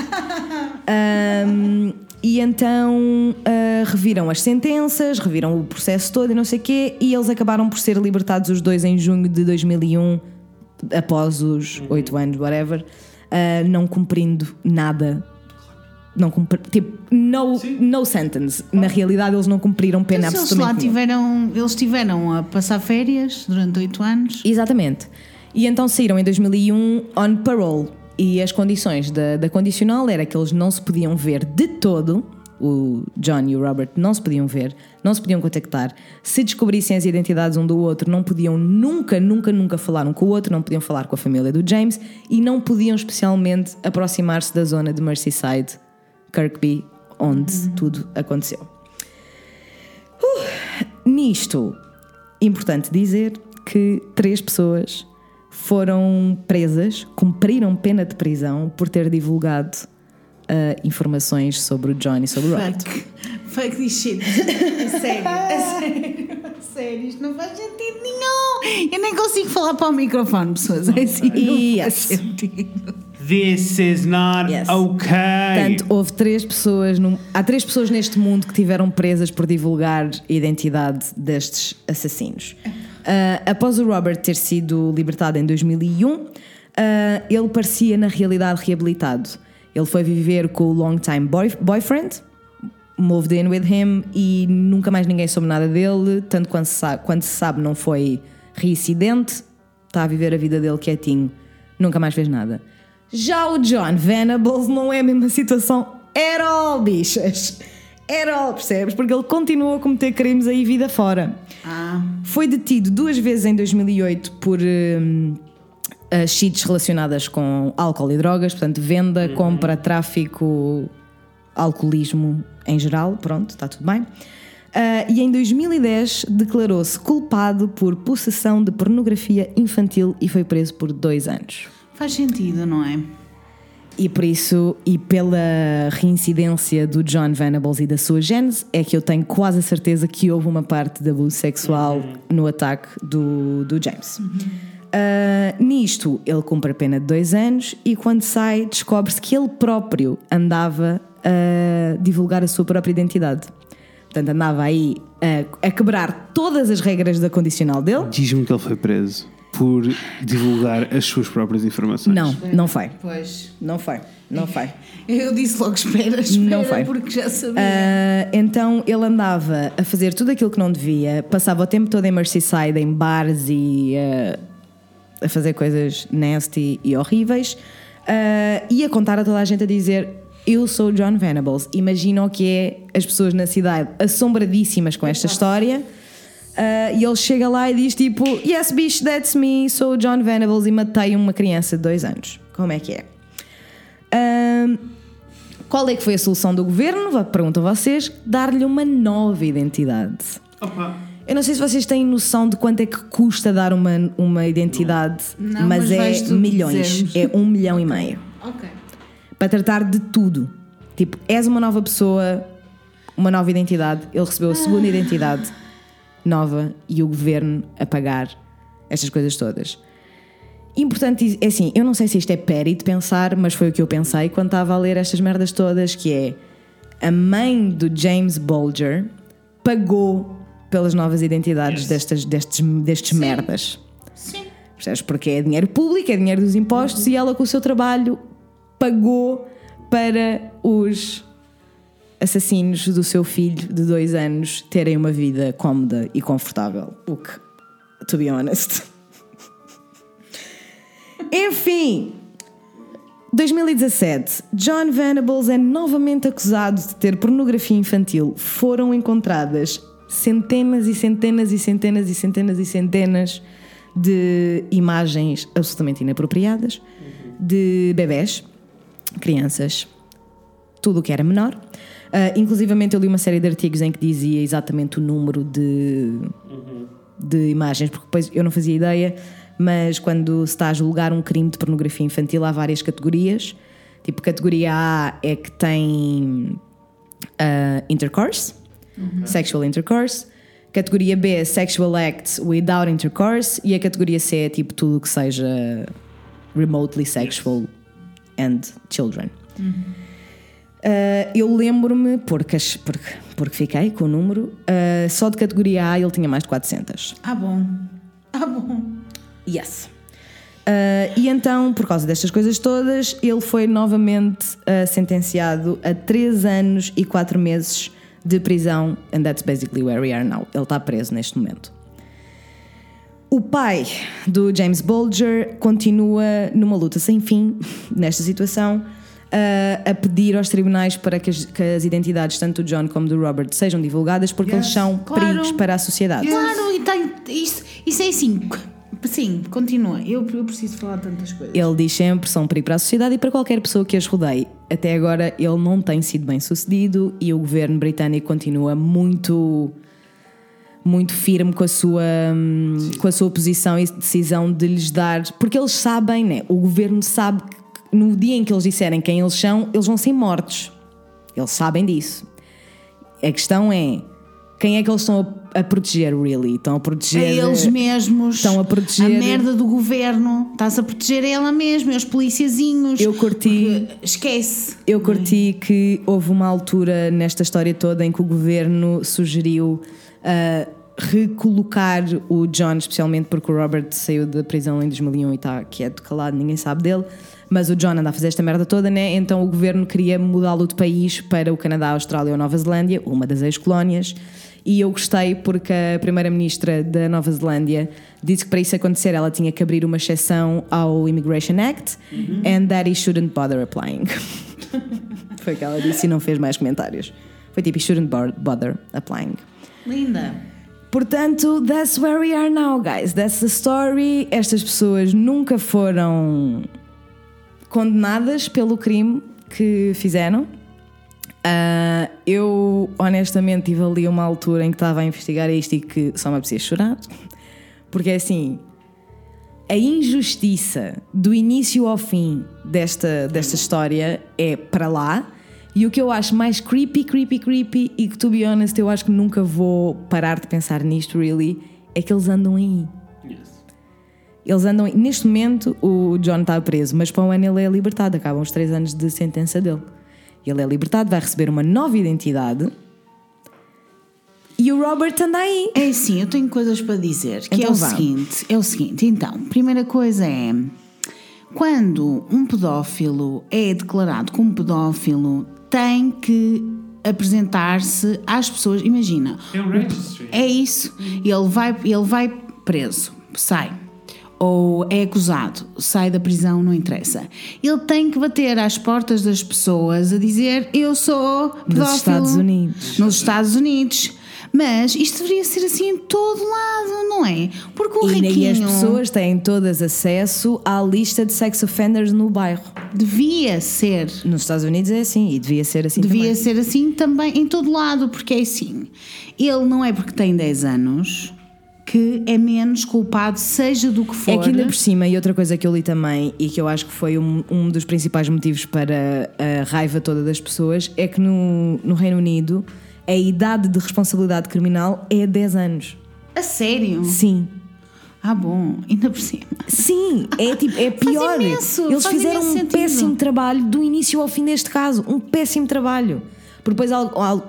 um, e então uh, reviram as sentenças, reviram o processo todo e não sei o quê, e eles acabaram por ser libertados os dois em junho de dois mil e um, após os oito anos, whatever, uh, não cumprindo nada. Não cumpri, tipo, no, no sentence. Na realidade, eles não cumpriram pena então, absolutamente eles lá tiveram, eles tiveram a passar férias durante oito anos. Exatamente. E então saíram em dois mil e um on parole. E as condições da, da condicional era que eles não se podiam ver de todo. O John e o Robert não se podiam ver, não se podiam contactar. Se descobrissem as identidades um do outro, não podiam nunca, nunca, nunca falar um com o outro, não podiam falar com a família do James e não podiam especialmente aproximar-se da zona de Merseyside, Kirkby, onde uhum. tudo aconteceu. Uh, nisto, importante dizer que três pessoas foram presas, cumpriram pena de prisão por ter divulgado uh, informações sobre o John e sobre o Robert. Fuck, Fuck this shit. A sério, a sério, a sério, isto não faz sentido nenhum. Eu nem consigo falar para o microfone, pessoas. É assim, E não faz yes. sentido. This is not Yes. okay. Portanto, houve três pessoas, num- há três pessoas neste mundo que tiveram presas por divulgar a identidade destes assassinos. Uh, após o Robert ter sido libertado em dois mil e um, uh, ele parecia na realidade reabilitado. Ele foi viver com o long-time boy- boyfriend, moved in with him, e nunca mais ninguém soube nada dele. Tanto quanto se sabe, quanto se sabe não foi reincidente, está a viver a vida dele quietinho, nunca mais fez nada. Já o John Venables não é a mesma situação at all, bichas. At all, percebes? Porque ele continuou a cometer crimes aí vida fora. Ah. Foi detido duas vezes em dois mil e oito por hum, as cheats relacionadas com álcool e drogas, portanto, venda, uhum. compra, tráfico, alcoolismo em geral, pronto, está tudo bem. Uh, e em dois mil e dez declarou-se culpado por possessão de pornografia infantil e foi preso por dois anos. Faz sentido, não é? E por isso, e pela reincidência do John Venables e da sua gênese, é que eu tenho quase a certeza que houve uma parte de abuso sexual uhum. no ataque do, do James. Uhum. Uh, nisto, ele cumpre a pena de dois anos e quando sai, descobre-se que ele próprio andava a divulgar a sua própria identidade. Portanto, andava aí a, a quebrar todas as regras da condicional dele. Diz-me que ele foi preso por divulgar as suas próprias informações. Não, não foi. Pois. Não foi, não foi. Eu disse logo espera, espera, não foi. Porque já sabia. Uh, então ele andava a fazer tudo aquilo que não devia, passava o tempo todo em Merseyside, em bares e uh, a fazer coisas nasty e horríveis, uh, e a contar a toda a gente a dizer: eu sou John Venables. Imaginam o que é as pessoas na cidade assombradíssimas com esta história. Uh, e ele chega lá e diz tipo: yes bitch, that's me, sou John Venables e matei uma criança de dois anos. Como é que é? Uh, qual é que foi a solução do governo? Pergunto a vocês: dar-lhe uma nova identidade. Opa. Eu não sei se vocês têm noção de quanto é que custa dar uma, uma identidade, não, mas, mas é milhões, é um milhão e meio. Ok. Para tratar de tudo. Tipo, és uma nova pessoa, uma nova identidade. Ele recebeu a segunda ah. identidade nova e o governo a pagar estas coisas todas. Importante, é assim, eu não sei se isto é petty de pensar, mas foi o que eu pensei quando estava a ler estas merdas todas, que é: a mãe do James Bulger pagou pelas novas identidades yes. destas, destes, destes Sim. merdas. Sim. Percebes? Porque é dinheiro público, é dinheiro dos impostos, uhum. e ela com o seu trabalho pagou para os assassinos do seu filho de dois anos terem uma vida cómoda e confortável. O que, to be honest. Enfim, dois mil e dezassete, John Venables é novamente acusado de ter pornografia infantil. Foram encontradas centenas e centenas e centenas e centenas e centenas de imagens absolutamente inapropriadas de bebés, crianças, tudo o que era menor. Uh, inclusivamente eu li uma série de artigos em que dizia exatamente o número de, uhum. de imagens, porque depois eu não fazia ideia, mas quando se está a julgar um crime de pornografia infantil há várias categorias. Tipo, categoria A é que tem uh, intercourse, uhum. sexual intercourse. Categoria B é sexual acts without intercourse. E a categoria C é tipo tudo que seja remotely sexual yes. and children. Uhum. Uh, eu lembro-me, porque, porque, porque fiquei com o número, uh, só de categoria A ele tinha mais de quatrocentas. Ah, bom. Ah, bom. Yes. Uh, e então, por causa destas coisas todas, ele foi novamente uh, sentenciado a três anos e quatro meses de prisão. And that's basically where we are now. Ele está preso neste momento. O pai do James Bulger continua numa luta sem fim nesta situação, Uh, a pedir aos tribunais para que as, que as identidades tanto do John como do Robert sejam divulgadas, porque yes. eles são claro. perigos para a sociedade. Yes. Claro, e tem, isso, isso é assim. Sim, continua. Eu, eu preciso falar de tantas coisas. Ele diz sempre: são um perigo para a sociedade e para qualquer pessoa que as rodeie. Até agora ele não tem sido bem sucedido e o governo britânico continua muito muito firme com a sua, com a sua posição e decisão de lhes dar, porque eles sabem, né? O governo sabe que no dia em que eles disserem quem eles são, eles vão ser mortos. Eles sabem disso. A questão é, quem é que eles estão a, a proteger, really? Estão a proteger... É eles mesmos. Estão a proteger... A merda do governo. Está-se a proteger ela mesma, os policiazinhos. Eu curti... Esquece. Eu curti que houve uma altura nesta história toda em que o governo sugeriu uh, recolocar o John, especialmente porque o Robert saiu da prisão em dois mil e um e está quieto, calado, ninguém sabe dele. Mas o John anda a fazer esta merda toda, né? Então o governo queria mudá-lo de país para o Canadá, a Austrália ou a Nova Zelândia, uma das ex-colónias. E eu gostei porque a primeira-ministra da Nova Zelândia disse que para isso acontecer ela tinha que abrir uma exceção ao Immigration Act, uhum. and that he shouldn't bother applying. Foi o que ela disse e não fez mais comentários. Foi tipo, he shouldn't bother applying. Linda. Portanto, that's where we are now, guys. That's the story. Estas pessoas nunca foram condenadas pelo crime que fizeram. Uh, eu honestamente tive ali uma altura em que estava a investigar isto e que só me apetecia chorar, porque é assim, a injustiça do início ao fim desta, desta história é para lá. E o que eu acho mais creepy, creepy, creepy, e que, to be honest, eu acho que nunca vou parar de pensar nisto, really, é que eles andam aí. Yes. Eles andam aí. Neste momento o John está preso, mas para o ano ele é libertado, acabam os três anos de sentença dele. Ele é libertado, vai receber uma nova identidade. E o Robert anda aí. É assim, eu tenho coisas para dizer. Que então é o vá. seguinte, é o seguinte. Então, primeira coisa é, quando um pedófilo é declarado como pedófilo, tem que apresentar-se às pessoas. Imagina. É um registry. É isso. Ele vai, ele vai preso, sai. Ou é acusado, sai da prisão, não interessa. Ele tem que bater às portas das pessoas a dizer: eu sou pedófilo. Nos Estados Unidos. Nos Estados Unidos. Mas isto deveria ser assim em todo lado, não é? Porque o e, riquinho... E as pessoas têm todas acesso à lista de sex offenders no bairro. Devia ser. Nos Estados Unidos é assim, e devia ser assim devia também. ser assim também em todo lado, porque é assim. Ele não é porque tem dez anos... que é menos culpado, seja do que for. É que ainda por cima, e outra coisa que eu li também, e que eu acho que foi um, um dos principais motivos para a raiva toda das pessoas, é que no, no Reino Unido a idade de responsabilidade criminal é dez anos. A sério? Sim. Ah, bom, ainda por cima. Sim, é, tipo, é pior. Faz imenso, Eles faz fizeram imenso um sentido. péssimo trabalho do início ao fim deste caso. Um péssimo trabalho. Porque depois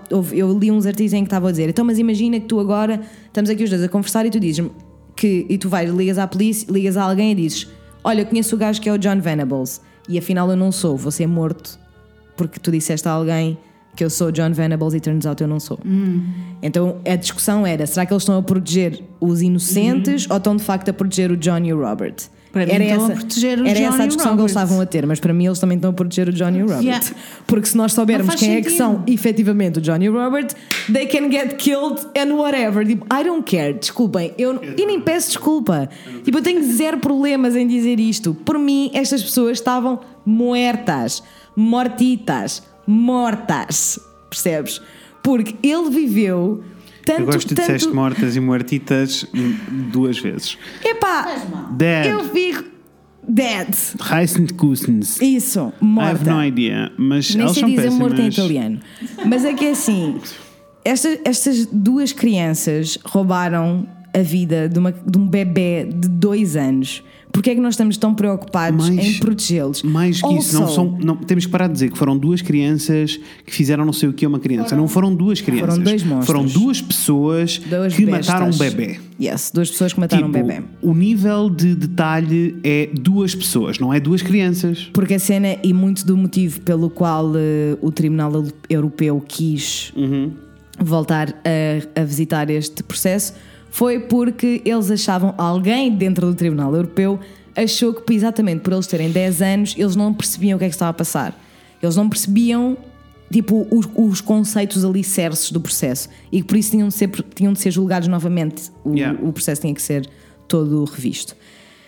eu li uns artigos em que estavam a dizer: então, mas imagina que tu agora estamos aqui os dois a conversar e tu dizes que, e tu vais, ligas à polícia, ligas a alguém e dizes: olha, eu conheço o gajo que é o John Venables e afinal eu não sou, vou ser morto porque tu disseste a alguém que eu sou John Venables e turns out eu não sou. Hum. Então a discussão era: será que eles estão a proteger os inocentes Uhum. ou estão de facto a proteger o John e o Robert? Para mim era estão essa, a proteger o era John essa a e o discussão que Robert. eles estavam a ter, mas para mim eles também estão a proteger o John e o Robert. Yeah. Porque se nós soubermos Não faz quem é que sentido. são efetivamente o John e o Robert, they can get killed and whatever. Tipo, I don't care, desculpem. Eu, e nem peço desculpa. Tipo, eu tenho zero problemas em dizer isto. Por mim, estas pessoas estavam muertas, mortitas, mortas. Percebes? Porque ele viveu tanto, eu gosto de tanto... disseste mortas e mortitas duas vezes. Epá, Dead. eu fico dead. Heißend Kussens. Isso, I morta. have no idea. Mas Nem eles sei são dizer péssimas. morto em italiano. Mas é que é assim, estas, estas duas crianças roubaram a vida de, uma, de um bebê de dois anos. Porquê é que nós estamos tão preocupados Mais- em protegê-los? Mais que isso, não Also, são, não, temos que parar de dizer que foram duas crianças que fizeram não sei o que é uma criança. Não foram duas crianças. Foram dois monstros. Foram duas pessoas duas que bestas. mataram um bebê. Yes, duas pessoas que mataram Tipo, um bebê. o nível de detalhe é duas pessoas, não é duas crianças. Porque a cena, e muito do motivo pelo qual eh, o Tribunal Europeu quis Uhum. voltar a, a visitar este processo, foi porque eles achavam, alguém dentro do Tribunal Europeu achou que exatamente por eles terem dez anos eles não percebiam o que é que estava a passar. Eles não percebiam tipo os, os conceitos alicerces do processo e que por isso tinham de ser, tinham de ser julgados novamente. O, Yeah. o processo tinha que ser todo revisto.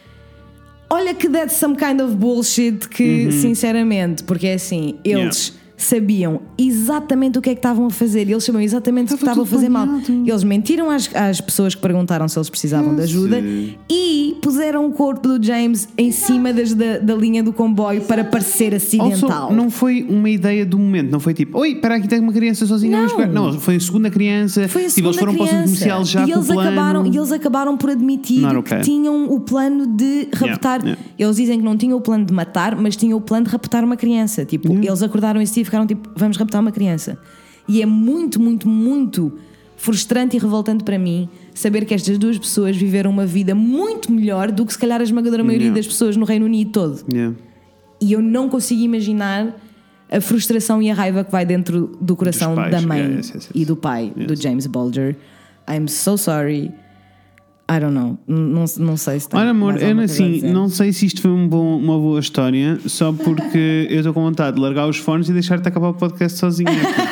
Olha que that's some kind of bullshit que, Uhum. sinceramente, porque é assim, eles Yeah. sabiam exatamente o que é que estavam a fazer e eles sabiam exatamente o que estavam a fazer mal. Eles mentiram às, às pessoas que perguntaram se eles precisavam de ajuda e puseram o corpo do James em cima das, da, da linha do comboio para parecer acidental. Also, não foi uma ideia do momento, não foi tipo, oi, espera aqui, tem uma criança sozinha. Não, não foi a segunda criança. Foi a tipo, segunda eles foram criança. para o centro comercial já e com eles o plano. acabaram E eles acabaram por admitir okay. que tinham o plano de raptar. Yeah, yeah. Eles dizem que não tinham o plano de matar, mas tinham o plano de raptar uma criança. Tipo, Yeah. eles acordaram esse dia e ficaram tipo, vamos raptar uma criança. E é muito, muito, muito frustrante e revoltante para mim saber que estas duas pessoas viveram uma vida muito melhor do que se calhar a esmagadora maioria Yeah. das pessoas no Reino Unido todo. Yeah. E eu não consigo imaginar a frustração e a raiva que vai dentro do coração pais, da mãe yeah, yes, yes, yes. e do pai Yes. do James Bulger. I'm so sorry. I don't know. Não, não sei se tem. Olha, amor, mais eu alguma coisa a assim, dizer. não sei se isto foi um bom, uma boa história, só porque eu estou com vontade de largar os fones e deixar-te acabar o podcast sozinha.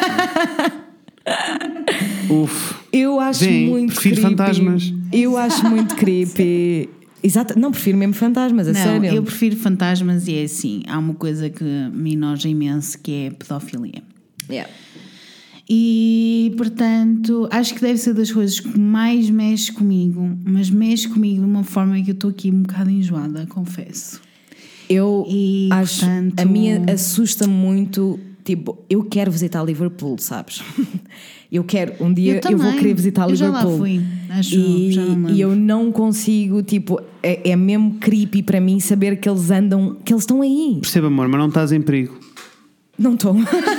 Uf. Eu acho Vem, muito prefiro creepy. fantasmas. Eu acho muito creepy. Exato. Não, prefiro mesmo fantasmas, a Não, sério. eu prefiro fantasmas e é assim, há uma coisa que me enoja imenso que é pedofilia. Yeah. E, portanto, acho que deve ser das coisas que mais mexe comigo, mas mexe comigo de uma forma que eu estou aqui um bocado enjoada, confesso. Eu E, acho. portanto, A minha assusta muito. Tipo, eu quero visitar Liverpool, sabes? Eu quero, um dia eu, também. vou querer visitar Eu já Liverpool. lá fui, acho, e, já não me lembro. e eu não consigo, tipo, é, é mesmo creepy para mim saber que eles andam, que eles estão aí. Perceba, amor, mas não estás em perigo. Não estou.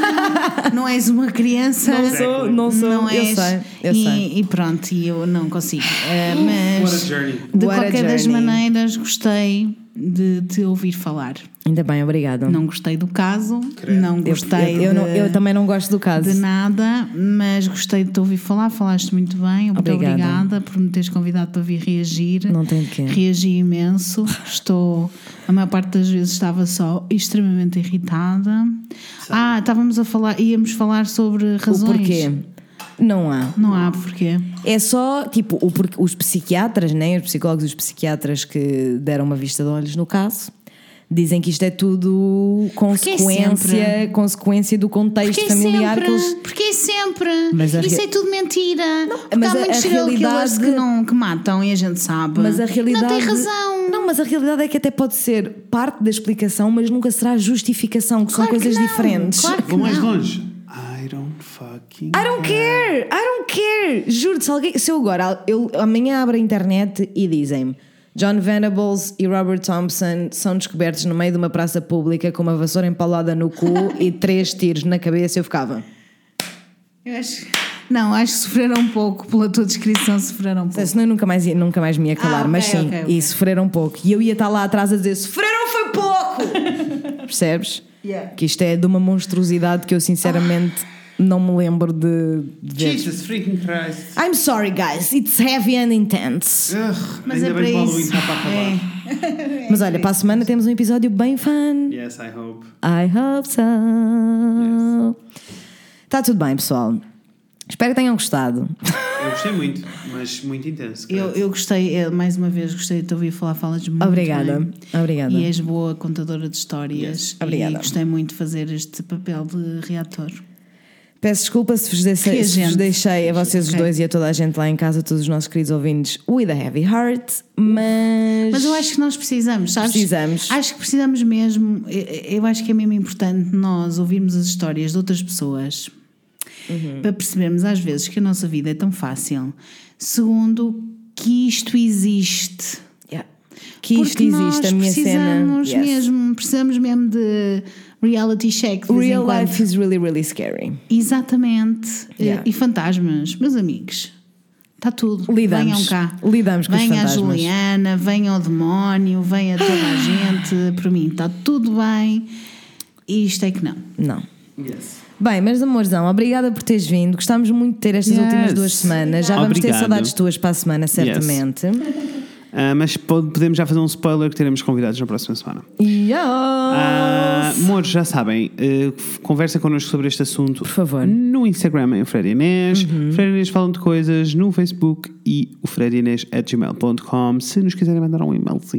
Não és uma criança. Não sou, não sou. Não eu és, sei, eu e, sei. e pronto, e eu não consigo. Uh, mas What a journey. de What a qualquer das journey. maneiras gostei de te ouvir falar. Ainda bem, obrigada. Não gostei do caso, não Eu- gostei eu, eu, de, não- eu também não gosto do caso. de nada, mas gostei de te ouvir falar, falaste muito bem, muito Obrigada. obrigada por me teres convidado para vir reagir. Não tem de quê. Reagi imenso, estou, a maior parte das vezes estava só extremamente irritada. Ah, estávamos a falar, íamos falar sobre razões. O porquê? Não há. Não há porquê. É só, tipo, o porquê- os psiquiatras, né? Os psicólogos e os psiquiatras que deram uma vista de olhos no caso, dizem que isto é tudo consequência, sempre. consequência do contexto Porque é familiar sempre, que eles... porque é sempre. Mas a Isso rea- é tudo mentira. Porque mas há a- muitos a serial killers realidade- que, não, que matam e a gente sabe. Mas a realidade... Não tem razão. Não, mas a realidade é que até pode ser parte da explicação, mas nunca será justificação, que Claro são que coisas não, diferentes. claro que Vou mais não. longe. I don't fucking I don't care, I don't care. Juro-te, se, alguém, se eu agora, eu amanhã abro a internet e dizem-me John Venables e Robert Thompson são descobertos no meio de uma praça pública com uma vassoura empalada no cu e três tiros na cabeça, eu ficava. Eu acho, não, acho que sofreram um pouco pela tua descrição, sofreram um pouco. Senão eu nunca mais, ia- nunca mais me ia calar, Ah, ok, mas sim, ok, ok. e sofreram um pouco. E eu ia estar lá atrás a dizer: sofreram foi pouco! Percebes? Yeah. Que isto é de uma monstruosidade que eu sinceramente não me lembro de, de ver. Jesus freaking Christ. I'm sorry, guys, it's heavy and intense. Ugh, Mas ainda é bem para que o Halloween isso. está para acabar. É. Mas olha, para a semana temos um episódio bem fun. Yes, I hope. I hope so. Está tudo bem, pessoal. Espero que tenham gostado. Eu gostei muito, mas muito intenso. Eu, eu gostei, eu, mais uma vez, gostei de te ouvir falar, falas muito Obrigada. bem. Obrigada. E és boa contadora de histórias. Yes. Obrigada. E gostei muito de fazer este papel de reator. Peço desculpa se vos deixei, se vos Reagente. deixei a vocês os Ok. dois e a toda a gente lá em casa, todos os nossos queridos ouvintes, with a heavy heart, mas. Mas eu acho que nós precisamos, sabes? Precisamos. Acho que precisamos mesmo. Eu eu acho que é mesmo importante nós ouvirmos as histórias de outras pessoas Uhum. para percebermos às vezes que a nossa vida é tão fácil. Segundo, que isto existe. Yeah. Que isto Porque existe, nós a minha cena. precisamos Yes. mesmo, precisamos mesmo de reality check. De vez em Real quando. life is really, really scary. Exatamente. Yeah. E fantasmas, meus amigos. Está tudo. Lidamos. Venham cá. Lidamos com os venha a fantasmas. Juliana, venha o demónio, venha toda a gente. Para mim está tudo bem. E isto é que não. Não. Yes. Bem, mas amorzão, obrigada por teres vindo. Gostámos muito de ter estas Yes. últimas duas semanas. Já vamos ter Obrigado. saudades tuas para a semana, certamente. Ah, mas pode- podemos já fazer um spoiler que teremos convidados na próxima semana. Yes. Ah, amores, já sabem, eh, conversa connosco sobre este assunto. Por favor. No Instagram é o Fred e Inês. Fred e Inês falam de coisas no Facebook e o fred inês arroba gmail ponto com. Se nos quiserem mandar um e-mailzinho.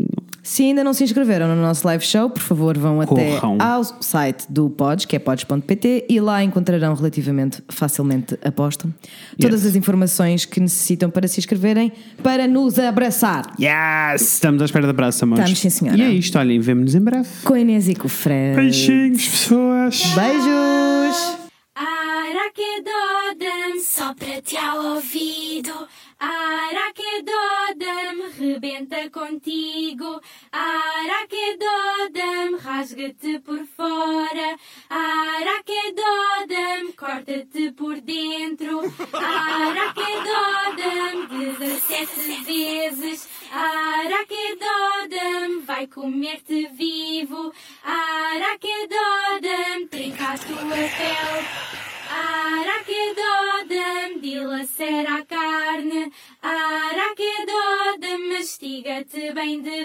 Se ainda não se inscreveram no nosso live show, por favor vão até Corram. ao site do Pods, que é pods ponto pt, e lá encontrarão relativamente facilmente, aposto, todas Yes. as informações que necessitam para se inscreverem, para nos abraçar. Yes! Estamos à espera da abraço, amores. Estamos, sim, senhora. E é isto, olhem, vemo-nos em breve. Com a Inês e com o Fred. Beijinhos, pessoas. Beijos! Araquedodam, sopra-te ao ouvido. Araquedodam, rebenta contigo. Araquedodam, rasga-te por fora. Araquedodam, corta-te por dentro. Araquedodam, dezassete vezes. Araquedodam, vai comer-te vivo. Araquedodam, trinca a tua pele. Araquedodam, dilacera a carne. Araquedodam, mastiga-te bem de